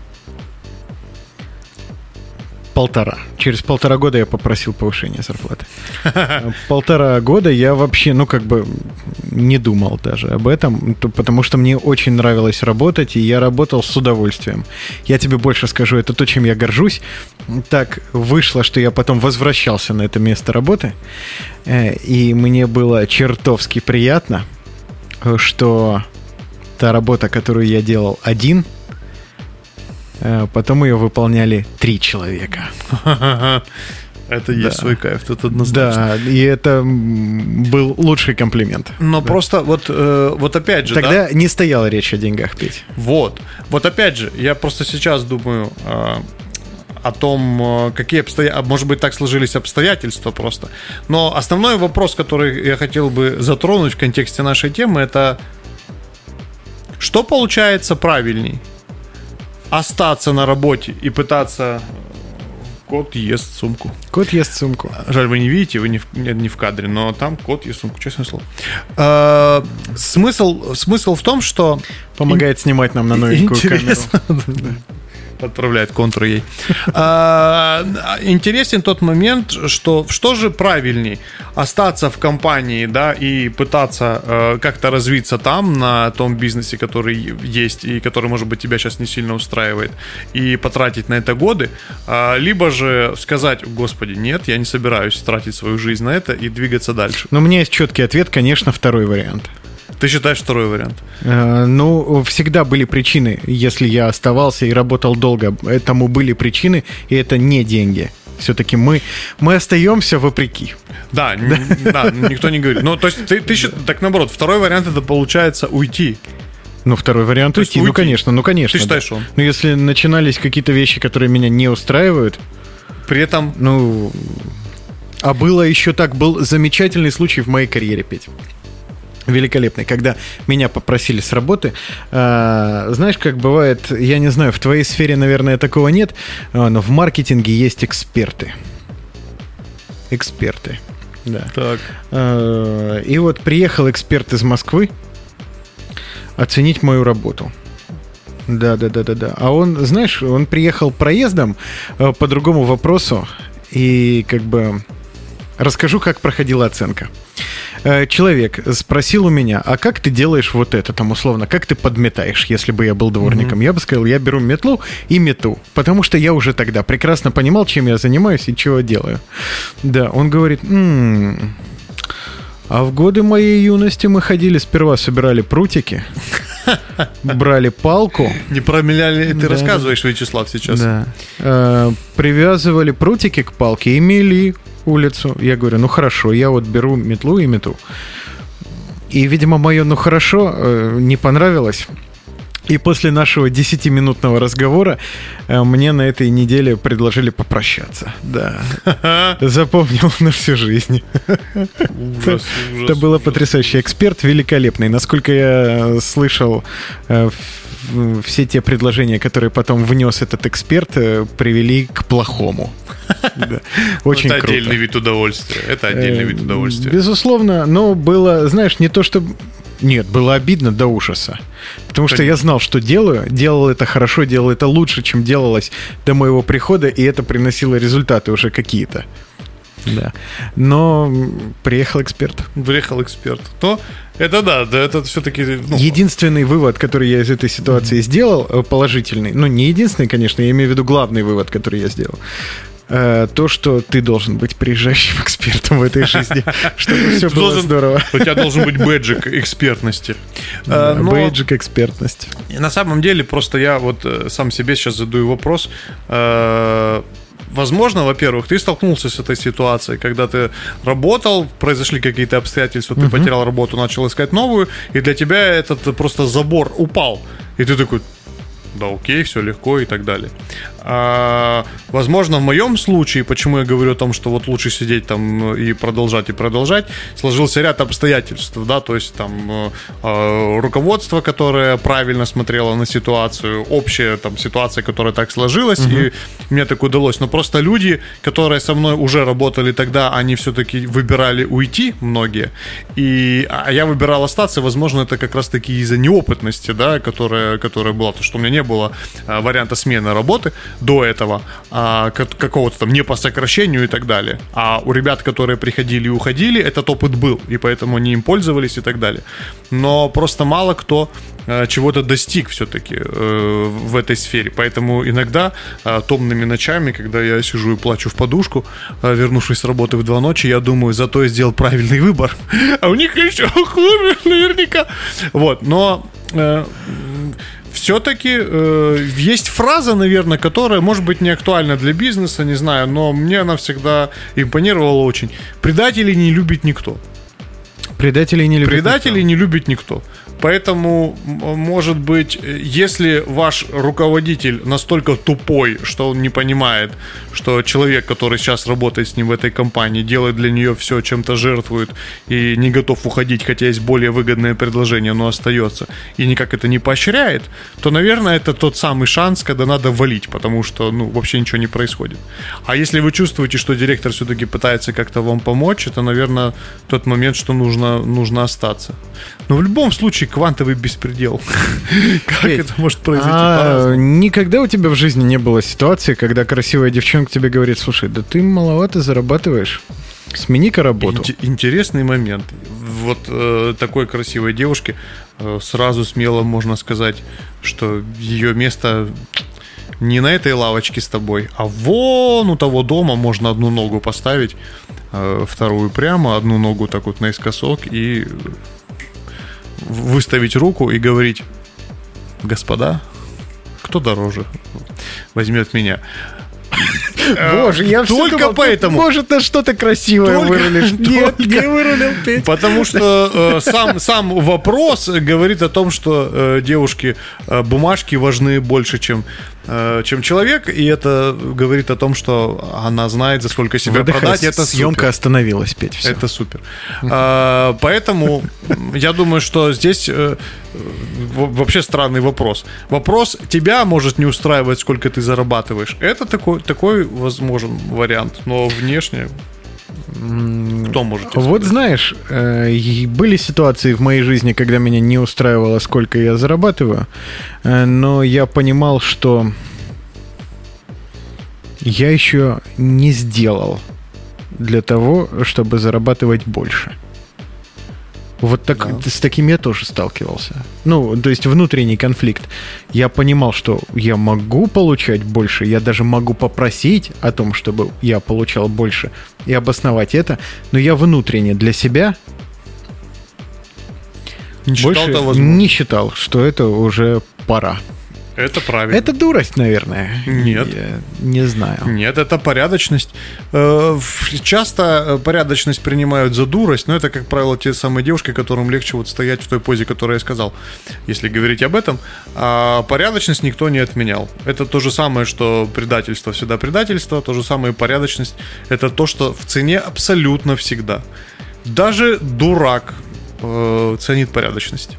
через 1,5 года я попросил повышения зарплаты. 1,5 года я вообще, не думал даже об этом, потому что мне очень нравилось работать, и я работал с удовольствием. Я тебе больше скажу, это то, чем я горжусь. Так вышло, что я потом возвращался на это место работы, и мне было чертовски приятно, что та работа, которую я делал один, потом ее выполняли 3 человека. Это есть свой кайф, тут однозначно. Да, и это был лучший комплимент. Но просто вот опять же... Тогда не стояла речь о деньгах, Петь. Вот опять же, я просто сейчас думаю о том, какие обстоятельства, может быть, так сложились обстоятельства просто. Но основной вопрос, который я хотел бы затронуть в контексте нашей темы, это что получается правильней? Остаться на работе и пытаться... Кот ест сумку. Кот ест сумку. Жаль, вы не видите, вы не в кадре, но там кот ест сумку, честное слово. Смысл в том, что... Помогает снимать нам на новенькую камеру. Отправляет контур ей. Интересен тот момент, что же правильней? Остаться в компании, да, и пытаться как-то развиться там, на том бизнесе, который есть, и который, может быть, тебя сейчас не сильно устраивает, и потратить на это годы, либо же сказать: господи, нет, я не собираюсь тратить свою жизнь на это и двигаться дальше. Но у меня есть четкий ответ, конечно, второй вариант. Ты считаешь второй вариант? Всегда были причины, если я оставался и работал долго. Этому были причины, и это не деньги. Все-таки мы остаемся вопреки. Да, никто не говорит. То есть ты так наоборот, второй вариант это получается уйти. Второй вариант уйти. Конечно. Ты считаешь он? Но если начинались какие-то вещи, которые меня не устраивают... При этом... А было еще так, был замечательный случай в моей карьере, Петь. Великолепный, когда меня попросили с работы. Знаешь, как бывает, я не знаю, в твоей сфере, наверное, такого нет, но в маркетинге есть эксперты. Да. Так. И вот приехал эксперт из Москвы оценить мою работу. Да. А он, знаешь, он приехал проездом по другому вопросу, и расскажу, как проходила оценка. человек спросил у меня, а как ты делаешь вот это, там, условно, как ты подметаешь, если бы я был дворником? Я бы сказал, я беру метлу и мету, потому что я уже тогда прекрасно понимал, чем я занимаюсь и чего делаю. Да, он говорит, а в годы моей юности мы ходили, сперва собирали прутики, брали палку. Не про меня ли ты рассказываешь, Вячеслав, сейчас? Да. Привязывали прутики к палке и мели улицу. Я говорю, ну хорошо, я вот беру метлу и мету. И, видимо, мое «ну хорошо» не понравилось. И после нашего 10-минутного разговора мне на этой неделе предложили попрощаться. Да. Запомнил на всю жизнь. Ужас, Это было потрясающе. Эксперт великолепный. Насколько я слышал, все те предложения, которые потом внес этот эксперт, привели к плохому. Очень круто. Это отдельный вид удовольствия. Это отдельный вид удовольствия. Безусловно, но было, знаешь, не то чтобы... Нет, было обидно до ужаса. Потому что я знал, что делаю. Делал это хорошо, делал это лучше, чем делалось до моего прихода, и это приносило результаты уже какие-то. Да. Но приехал эксперт. Но это да, это все-таки... Единственный вывод, который я из этой ситуации сделал, положительный, ну, не единственный, конечно, я имею в виду главный вывод, который я сделал, то, что ты должен быть приезжающим экспертом в этой жизни, чтобы все было здорово. У тебя должен быть бэджик экспертности. Бэджик экспертности. На самом деле, просто я вот сам себе сейчас задаю вопрос. Возможно, во-первых, ты столкнулся с этой ситуацией, когда ты работал, произошли какие-то обстоятельства, ты потерял работу, начал искать новую, и для тебя этот просто забор упал. И ты такой... Да, окей, все легко и так далее. Возможно, в моем случае, почему я говорю о том, что вот лучше сидеть там и продолжать, сложился ряд обстоятельств, да, то есть там руководство, которое правильно смотрело на ситуацию, общая там ситуация, которая так сложилась, и мне так удалось. Но просто люди, которые со мной уже работали тогда, они все-таки выбирали уйти, многие, а я выбирал остаться, возможно, это как раз-таки из-за неопытности, да, которая была, то, что у меня не было варианта смены работы до этого, какого-то там не по сокращению и так далее. А у ребят, которые приходили и уходили, этот опыт был, и поэтому они им пользовались и так далее. Но просто мало кто чего-то достиг все-таки в этой сфере. Поэтому иногда томными ночами, когда я сижу и плачу в подушку, вернувшись с работы в 2 ночи, я думаю, зато я сделал правильный выбор. А у них еще хуже, наверняка. Вот, но... Все-таки есть фраза, наверное, которая, может быть, не актуальна для бизнеса, не знаю, но мне она всегда импонировала очень. Предателей не любит никто. Предателей не любит никто. Поэтому, может быть, если ваш руководитель настолько тупой, что он не понимает, что человек, который сейчас работает с ним в этой компании, делает для нее все, чем-то жертвует и не готов уходить, хотя есть более выгодное предложение, но остается, и никак это не поощряет, то, наверное, это тот самый шанс, когда надо валить, потому что, вообще ничего не происходит. А если вы чувствуете, что директор все-таки пытается как-то вам помочь, это, наверное, тот момент, что нужно остаться. Но в любом случае квантовый беспредел. Как это может произойти? Никогда у тебя в жизни не было ситуации, когда красивая девчонка тебе говорит: слушай, да ты маловато зарабатываешь, смени-ка работу. Интересный момент. Вот такой красивой девушке сразу смело можно сказать, что ее место не на этой лавочке с тобой, а вон у того дома можно одну ногу поставить, вторую прямо, одну ногу так вот наискосок и выставить руку и говорить: господа, кто дороже возьмет меня? Боже, я все только думал, поэтому. Может, на что-то красивое вырулишь. Нет, не вырулил ты. Потому что сам вопрос говорит о том, что девушке бумажки важны больше, чем человек, и это говорит о том, что она знает, за сколько себя продать. Это съемка остановилась, Петь. Все. Это супер. Поэтому я думаю, что здесь вообще странный вопрос. Вопрос тебя может не устраивать, сколько ты зарабатываешь. Это такой возможен вариант, но внешне кто может? Вот знаешь, были ситуации в моей жизни, когда меня не устраивало, сколько я зарабатываю, но я понимал, что я еще не сделал для того, чтобы зарабатывать больше. Вот так, Да. с таким я тоже сталкивался. Ну, то есть внутренний конфликт. Я понимал, что я могу получать больше, я даже могу попросить о том, чтобы я получал больше, и обосновать это, но я внутренне для себя Не считал больше это возможным. не считал, что это уже пора. Это правильно. Это дурость, наверное. Нет. Я не знаю. Нет, это порядочность. Часто порядочность принимают за дурость, но это, как правило, те самые девушки, которым легче вот стоять в той позе, которую я сказал, если говорить об этом. А порядочность никто не отменял. Это то же самое, что предательство всегда предательство, то же самое и порядочность. Это то, что в цене абсолютно всегда. Даже дурак ценит порядочность.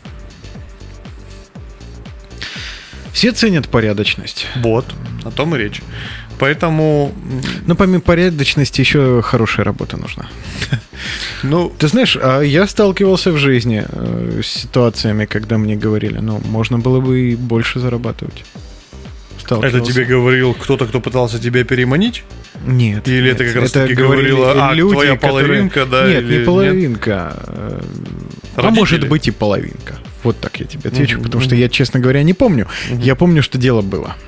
Все ценят порядочность. Вот, о том и речь. Поэтому, Но помимо порядочности еще хорошая работа нужна. ну, Ты знаешь, а я сталкивался в жизни с ситуациями, когда мне говорили, ну, можно было бы и больше зарабатывать. это тебе говорил кто-то, кто пытался тебя переманить? Нет. Или нет, это как раз таки говорили говорила, твоя которые- половинка, да? Нет, или не половинка. А Родители? может быть и половинка. Вот так я тебе отвечу, Мгм, потому что я, честно говоря, не помню. Я помню, что дело было.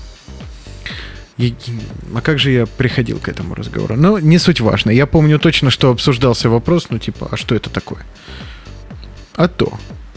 А как же я приходил к этому разговору? Ну, не суть важно. Я помню точно, что обсуждался вопрос, ну, типа, а что это такое? А то.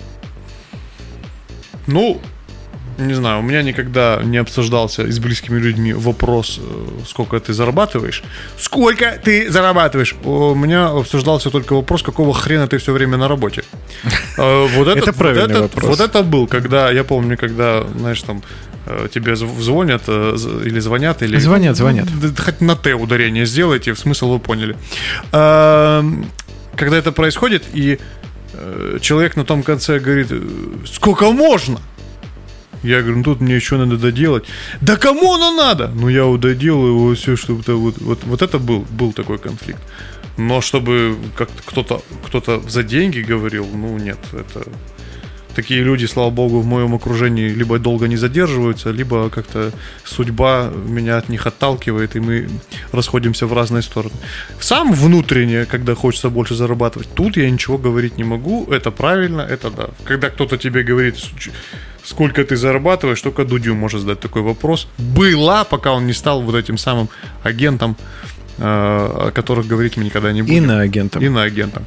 Ну, не знаю, у меня никогда не обсуждался с близкими людьми вопрос, сколько ты зарабатываешь. Сколько ты зарабатываешь? У меня обсуждался только вопрос, какого хрена ты все время на работе. Вот Это правильный вопрос. Вот это был, когда, я помню, когда, знаешь, там, тебе звонят или звонят, или... Звонят. Да, хоть на «Т» ударение сделайте, смысл вы поняли. Когда это происходит, и человек на том конце говорит, сколько можно? Я говорю, ну тут мне еще надо доделать. Да кому оно надо? Ну я вот доделаю его все, чтобы это вот это был такой конфликт. Но чтобы как-то кто-то за деньги говорил, ну нет, это... Такие люди, слава богу, в моем окружении либо долго не задерживаются, либо как-то судьба меня от них отталкивает, и мы расходимся в разные стороны. Сам внутренне, когда хочется больше зарабатывать, тут я ничего говорить не могу, это правильно, это да. Когда кто-то тебе говорит, сколько ты зарабатываешь, только Дудю может задать такой вопрос. Была, пока он не стал вот этим самым агентом, о которых говорить мы никогда не будем. Иноагентом. Иноагентом.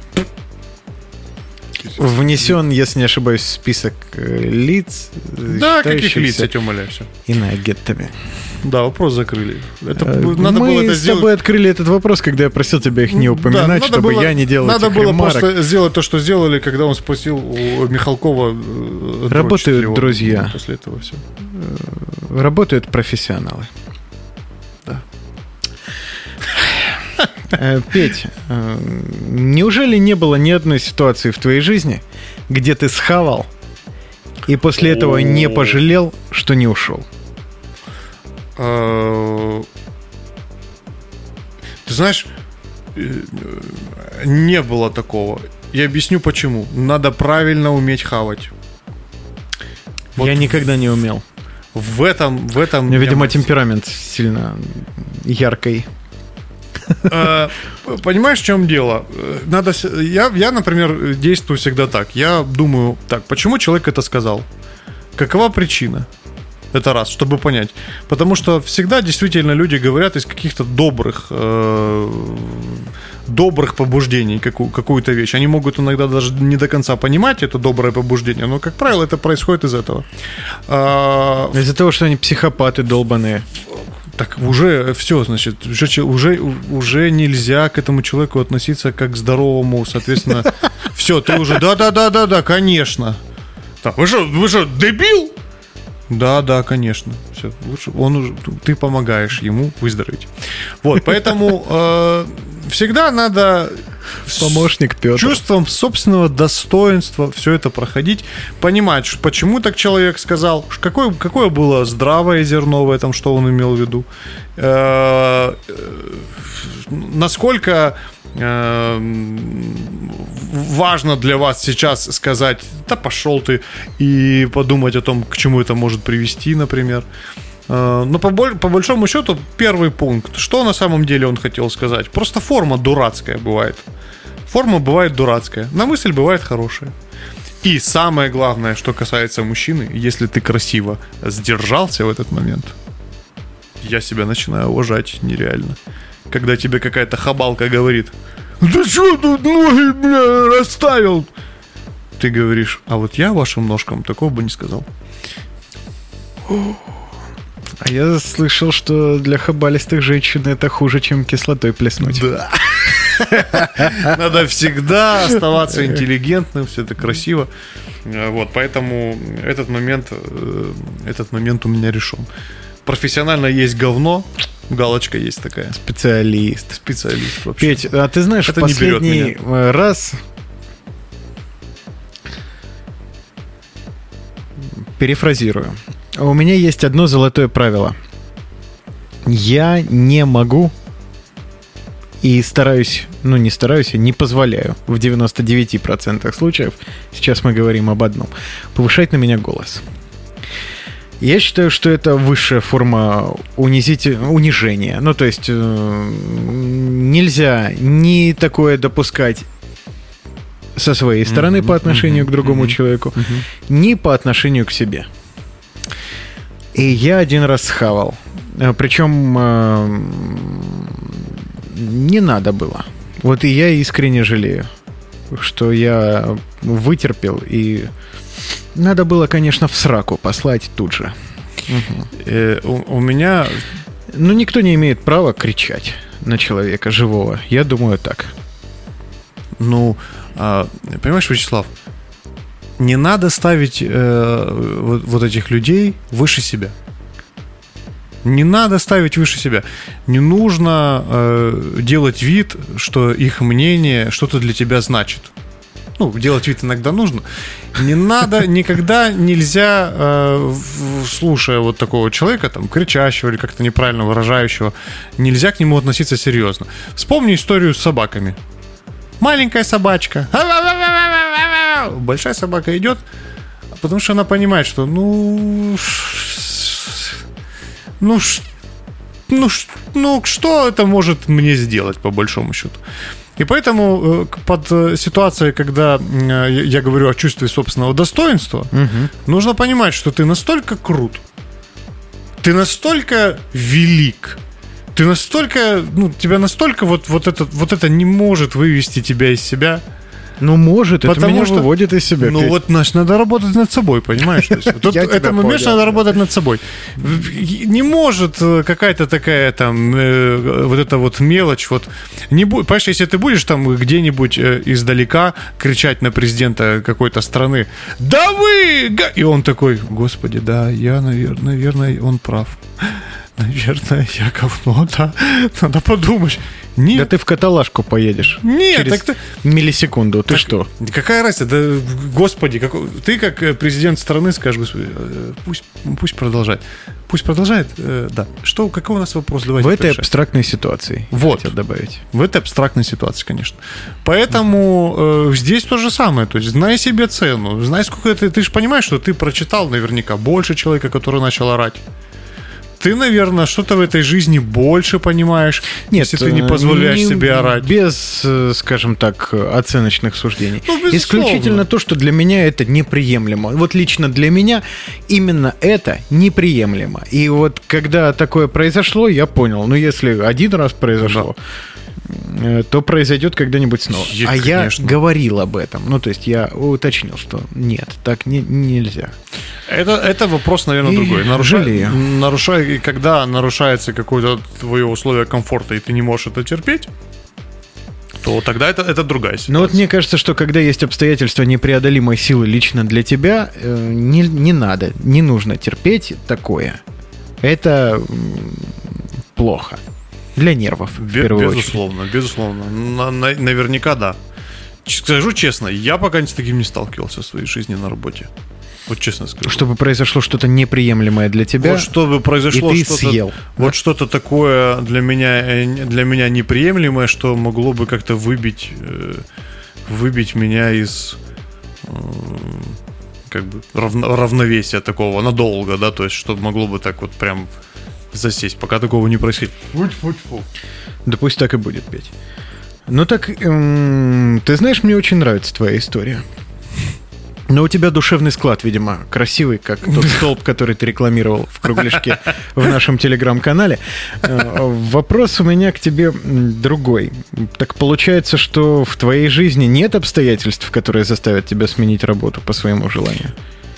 Внесен, если не ошибаюсь, в список лиц. Да, каких лиц, считающихся я тебя умоляю, все. иноагентами. Да, вопрос закрыли. Это надо Мы было это с сделать. тобой открыли этот вопрос, когда я просил тебя их не упоминать, Да, надо чтобы было- я не делал Надо этих было ремарок. просто сделать то, что сделали, когда он спросил у Михалкова. Работают его друзья. После этого все. Работают профессионалы. Да. Петь, неужели не было ни одной ситуации в твоей жизни, где ты схавал и после этого не пожалел, что не ушел? Ты знаешь, не было такого. Я объясню почему. Надо правильно уметь хавать. Вот Я никогда не умел. В этом. У меня, видимо, темперамент сильно яркий. Понимаешь, в чем дело? Я, например, действую всегда так. Я думаю, так, почему человек это сказал? Какова причина? Это раз, чтобы понять. Потому что всегда действительно люди говорят из каких-то добрых побуждений какую-то вещь. Они могут иногда даже не до конца понимать это доброе побуждение, но, как правило, это происходит из этого. Из-за того, что они психопаты долбаные. Так уже все, значит, уже нельзя к этому человеку относиться как к здоровому, соответственно, все, ты уже, да, конечно. Так, вы что, дебил? Да, конечно. Все, лучше ты помогаешь ему выздороветь. Вот, поэтому всегда надо Помощник Петр. чувством собственного достоинства все это проходить, понимать, почему так человек сказал, какое было здравое зерно в этом, что он имел в виду, насколько важно для вас сейчас сказать, да пошел ты, и подумать о том, к чему это может привести, например. Но по большому счету, первый пункт, что на самом деле он хотел сказать? Просто форма дурацкая бывает. Форма бывает дурацкая, но мысль бывает хорошая. И самое главное, что касается мужчины, если ты красиво сдержался в этот момент, я себя начинаю уважать нереально. Когда тебе какая-то хабалка говорит: «Ты что тут ноги, бля, расставил?» Ты говоришь: «А вот я вашим ножкам такого бы не сказал». А я слышал, что для хабалистых женщин это хуже, чем кислотой плеснуть. Да. Надо всегда оставаться интеллигентным, все это красиво. Вот, поэтому этот момент у меня решен. Профессионально есть говно, галочка есть такая. Специалист вообще. Петь, а ты знаешь, это последний раз... Перефразирую. У меня есть одно золотое правило. Я не могу и стараюсь, не стараюсь, не позволяю в 99% случаев, сейчас мы говорим об одном, повышать на меня голос. Я считаю, что это высшая форма унижения. То есть нельзя ни такое допускать со своей стороны по отношению к другому человеку, ни по отношению к себе. И я один раз схавал. Причем не надо было. Вот и я искренне жалею, что я вытерпел, и надо было, конечно, в сраку послать тут же. У меня... никто не имеет права кричать на человека живого. Я думаю так. Понимаешь, Вячеслав, не надо ставить вот этих людей выше себя. Не надо ставить выше себя. Не нужно делать вид, что их мнение что-то для тебя значит. Делать вид иногда нужно. Не надо, никогда нельзя, слушая вот такого человека, там, кричащего или как-то неправильно выражающего, нельзя к нему относиться серьезно. Вспомни историю с собаками. Маленькая собачка. Большая собака идет, потому что она понимает, что что это может мне сделать, по большому счету. И поэтому под ситуацией, когда я говорю о чувстве собственного достоинства, нужно понимать, что ты настолько крут, ты настолько велик, ты настолько, тебя настолько вот это не может вывести тебя из себя. Может, это меня выводит из себя. Значит, надо работать над собой, понимаешь? Это момент, что надо работать над собой. Не может какая-то такая там вот эта вот мелочь, понимаешь, если ты будешь там где-нибудь издалека кричать на президента какой-то страны: «Да вы!» И он такой: «Господи, да, я, наверное, он прав. Наверное, я говно, да. Надо подумать». Нет. Да ты в каталажку поедешь. Нет, через миллисекунду. Ты что? Какая разница? Да, господи, ты как президент страны скажешь: «Господи, пусть продолжает». Пусть продолжает, да. Какой у нас вопрос? Давайте в этой абстрактной ситуации. Хотел добавить. В этой абстрактной ситуации, конечно. Поэтому здесь то же самое. То есть знай себе цену. Знай, сколько ты же понимаешь, что ты прочитал наверняка больше человека, который начал орать. Ты, наверное, что-то в этой жизни больше понимаешь, если ты не позволяешь себе орать. Без, скажем так, оценочных суждений. Безусловно. Исключительно то, что для меня это неприемлемо. Вот лично для меня именно это неприемлемо. И вот когда такое произошло, я понял, если один раз произошло, то произойдет когда-нибудь снова. Я говорил об этом. То есть я уточнил, что нет, так нельзя. Это вопрос, наверное, другой. Когда нарушается какое-то твое условие комфорта, и ты не можешь это терпеть, то тогда это другая ситуация. Мне кажется, что когда есть обстоятельства непреодолимой силы лично для тебя, не нужно терпеть такое. Это плохо. Для нервов, в первую очередь. Безусловно. Наверняка, да. Скажу честно, я пока с таким не сталкивался в своей жизни на работе. Вот честно скажу. Чтобы произошло что-то неприемлемое для тебя, чтобы произошло и ты съел. Что-то такое для меня неприемлемое, что могло бы как-то выбить меня из равновесия такого надолго, да, то есть чтобы могло бы так вот прям засесть, пока такого не происходит. Да пусть так и будет, Петь. Ну так, ты знаешь, мне очень нравится твоя история. Но у тебя душевный склад, видимо, красивый, как тот столб, который ты рекламировал в кругляшке в нашем телеграм-канале. Вопрос у меня к тебе другой. Так получается, что в твоей жизни нет обстоятельств, которые заставят тебя сменить работу по своему желанию?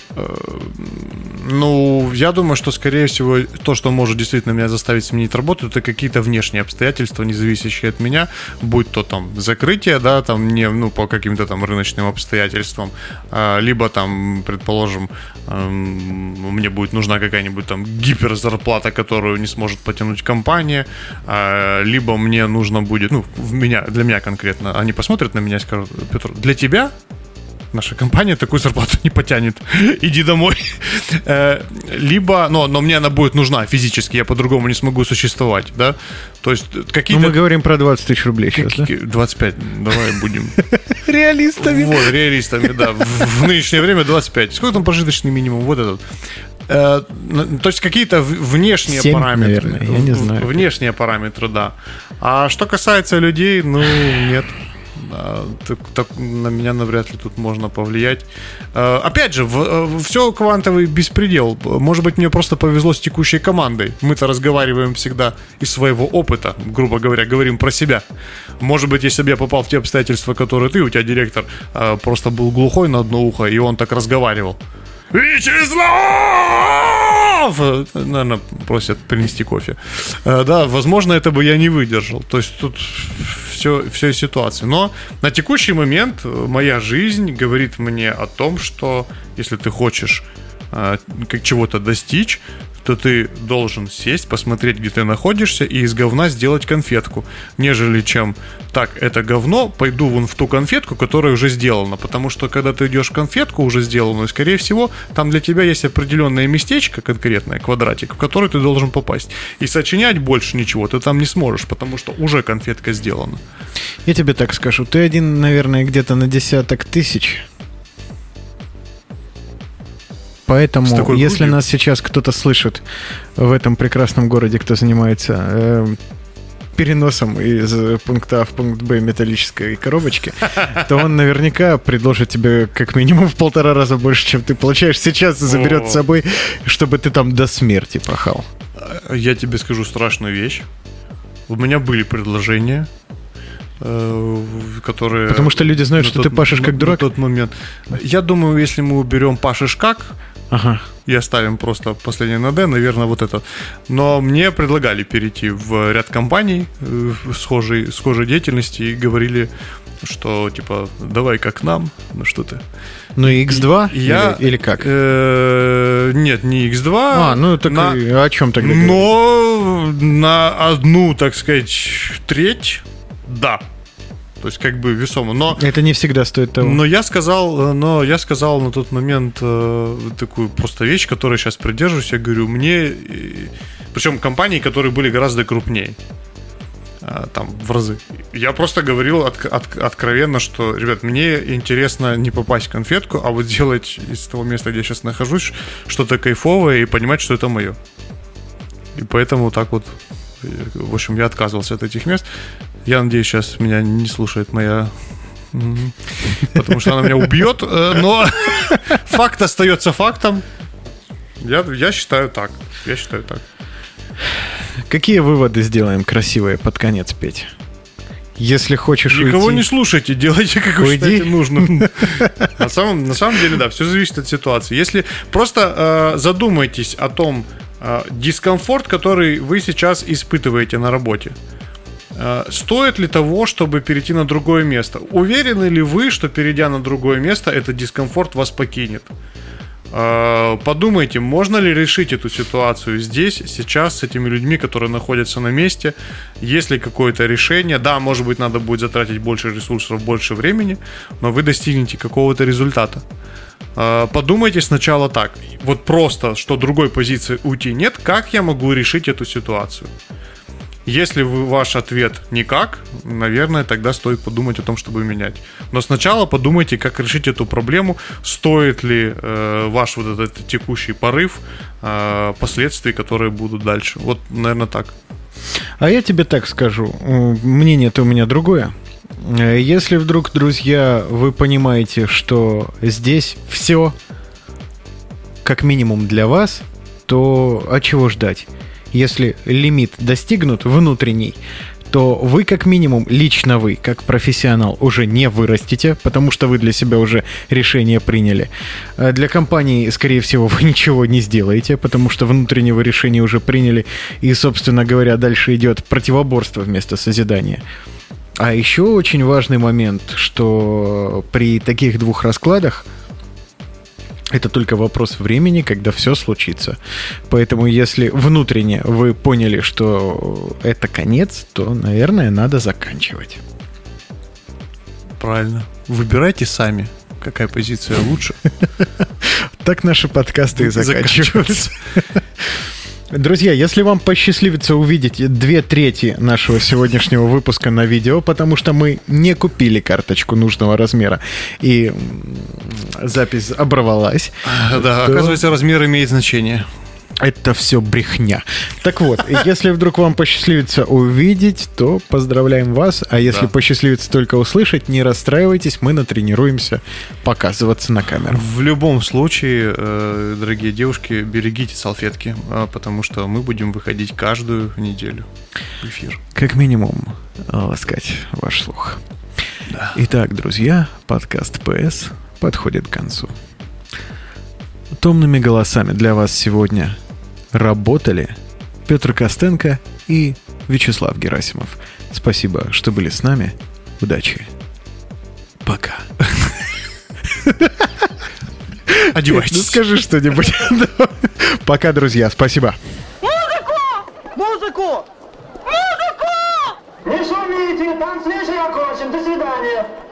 Ну, я думаю, что, скорее всего, то, что может действительно меня заставить сменить работу, это какие-то внешние обстоятельства, не зависящие от меня, будь то там закрытие, да, там не, ну, по каким-то там рыночным обстоятельствам, либо там, предположим, мне будет нужна какая-нибудь там гиперзарплата, которую не сможет потянуть компания, либо мне нужно будет, ну, для меня конкретно, они посмотрят на меня и скажут: Петр, для тебя наша компания такую зарплату не потянет. Иди домой. Либо, но мне она будет нужна физически, я по-другому не смогу существовать, да? То есть какие-то... Ну, мы говорим про 20 тысяч рублей сейчас, да? 25, давай будем... Реалистами. Вот, реалистами, да. В нынешнее время 25. Сколько там прожиточный минимум? Вот этот. То есть какие-то внешние 7, параметры. наверное, я не знаю. Внешние параметры, да. А что касается людей, ну, нет. Так на меня навряд ли тут можно повлиять. Опять же, все квантовый беспредел. Может быть, мне просто повезло с текущей командой. Мы-то разговариваем всегда из своего опыта, грубо говоря, говорим про себя. Может быть, если бы я попал в те обстоятельства, которые ты, у тебя директор просто был глухой на одно ухо, и он так разговаривал. Вячеслав! Наверное, просят принести кофе. Да, возможно, это бы я не выдержал. То есть тут все ситуация. Но на текущий момент моя жизнь говорит мне о том, что если ты хочешь чего-то достичь, то ты должен сесть, посмотреть, где ты находишься, и из говна сделать конфетку, нежели чем так, это говно, пойду вон в ту конфетку, которая уже сделана. Потому что когда ты идешь в конфетку уже сделанную, скорее всего, там для тебя есть определенное местечко конкретное, квадратик, в который ты должен попасть. И сочинять больше ничего ты там не сможешь, потому что уже конфетка сделана. Я тебе так скажу, ты один, наверное, где-то на десяток тысяч. Поэтому, если нас сейчас кто-то слышит в этом прекрасном городе, кто занимается переносом из пункта А в пункт Б металлической коробочки, то он наверняка предложит тебе как минимум в 1,5 раза больше, чем ты получаешь сейчас, и заберет с собой, чтобы ты там до смерти пахал. Я тебе скажу страшную вещь. У меня были предложения, которые... Потому что люди знают, что ты пашешь как дурак? На тот момент. Я думаю, если мы уберем «пашешь как», и оставим просто последнее на «Д», наверное, вот это. Но мне предлагали перейти в ряд компаний схожей деятельности и говорили, что, типа, давай как нам, ну что ты. Ну и X2 или как? Нет, не X2. Ну так о чем тогда говорить? Но на одну, так сказать, треть, да. То есть как бы весомо, но... Это не всегда стоит того. Но я сказал на тот момент такую просто вещь, которой сейчас придерживаюсь. Я говорю, причем компании, которые были гораздо крупнее, там в разы. Я просто говорил откровенно, что, ребят, мне интересно не попасть в конфетку, а вот делать из того места, где я сейчас нахожусь, что-то кайфовое и понимать, что это мое. И поэтому так вот, в общем, я отказывался от этих мест. Я надеюсь, сейчас меня не слушает моя... Потому что она меня убьет, но факт остается фактом. Я считаю так. Какие выводы сделаем красивые под конец, Петь? Если хочешь Никого уйти... не слушайте, делайте, как вы считаете нужным. На самом деле, да, все зависит от ситуации. Если просто задумайтесь о том дискомфорт, который вы сейчас испытываете на работе. Стоит ли того, чтобы перейти на другое место? Уверены ли вы, что, перейдя на другое место, этот дискомфорт вас покинет? Подумайте, можно ли решить эту ситуацию здесь, сейчас, с этими людьми, которые находятся на месте? Есть ли какое-то решение? Да, может быть, надо будет затратить больше ресурсов, больше времени, но вы достигнете какого-то результата. Подумайте сначала так. Вот просто, что другой позиции уйти нет, как я могу решить эту ситуацию? Если ваш ответ никак, наверное, тогда стоит подумать о том, чтобы менять. Но сначала подумайте, как решить эту проблему, стоит ли ваш вот этот текущий порыв последствий, которые будут дальше. Вот, наверное, так. А я тебе так скажу. Мнение-то у меня другое. Если вдруг, друзья, вы понимаете, что здесь все как минимум для вас, то от чего ждать? Если лимит достигнут внутренний, то вы как минимум, лично вы, как профессионал, уже не вырастете, потому что вы для себя уже решение приняли. А для компании, скорее всего, вы ничего не сделаете, потому что внутреннего решения уже приняли, и, собственно говоря, дальше идет противоборство вместо созидания. А еще очень важный момент, что при таких двух раскладах это только вопрос времени, когда все случится. Поэтому, если внутренне вы поняли, что это конец, то, наверное, надо заканчивать. Правильно. Выбирайте сами, какая позиция лучше. Так наши подкасты и заканчиваются. Друзья, если вам посчастливится увидеть 2/3 нашего сегодняшнего выпуска на видео, потому что мы не купили карточку нужного размера, и запись оборвалась. Да, оказывается, размер имеет значение. Это все брехня. Так вот, если вдруг вам посчастливится увидеть, то поздравляем вас. А если посчастливится только услышать, не расстраивайтесь, мы натренируемся показываться на камеру. В любом случае, дорогие девушки, берегите салфетки, потому что мы будем выходить каждую неделю в эфир. Как минимум, ласкать ваш слух. Да. Итак, друзья, подкаст PS подходит к концу. Томными голосами для вас сегодня работали Петр Костенко и Вячеслав Герасимов. Спасибо, что были с нами. Удачи. Пока. Одевайтесь. Ну скажи что-нибудь. Пока, друзья. Спасибо. Музыку! Не шумите, там следующий окончен. До свидания.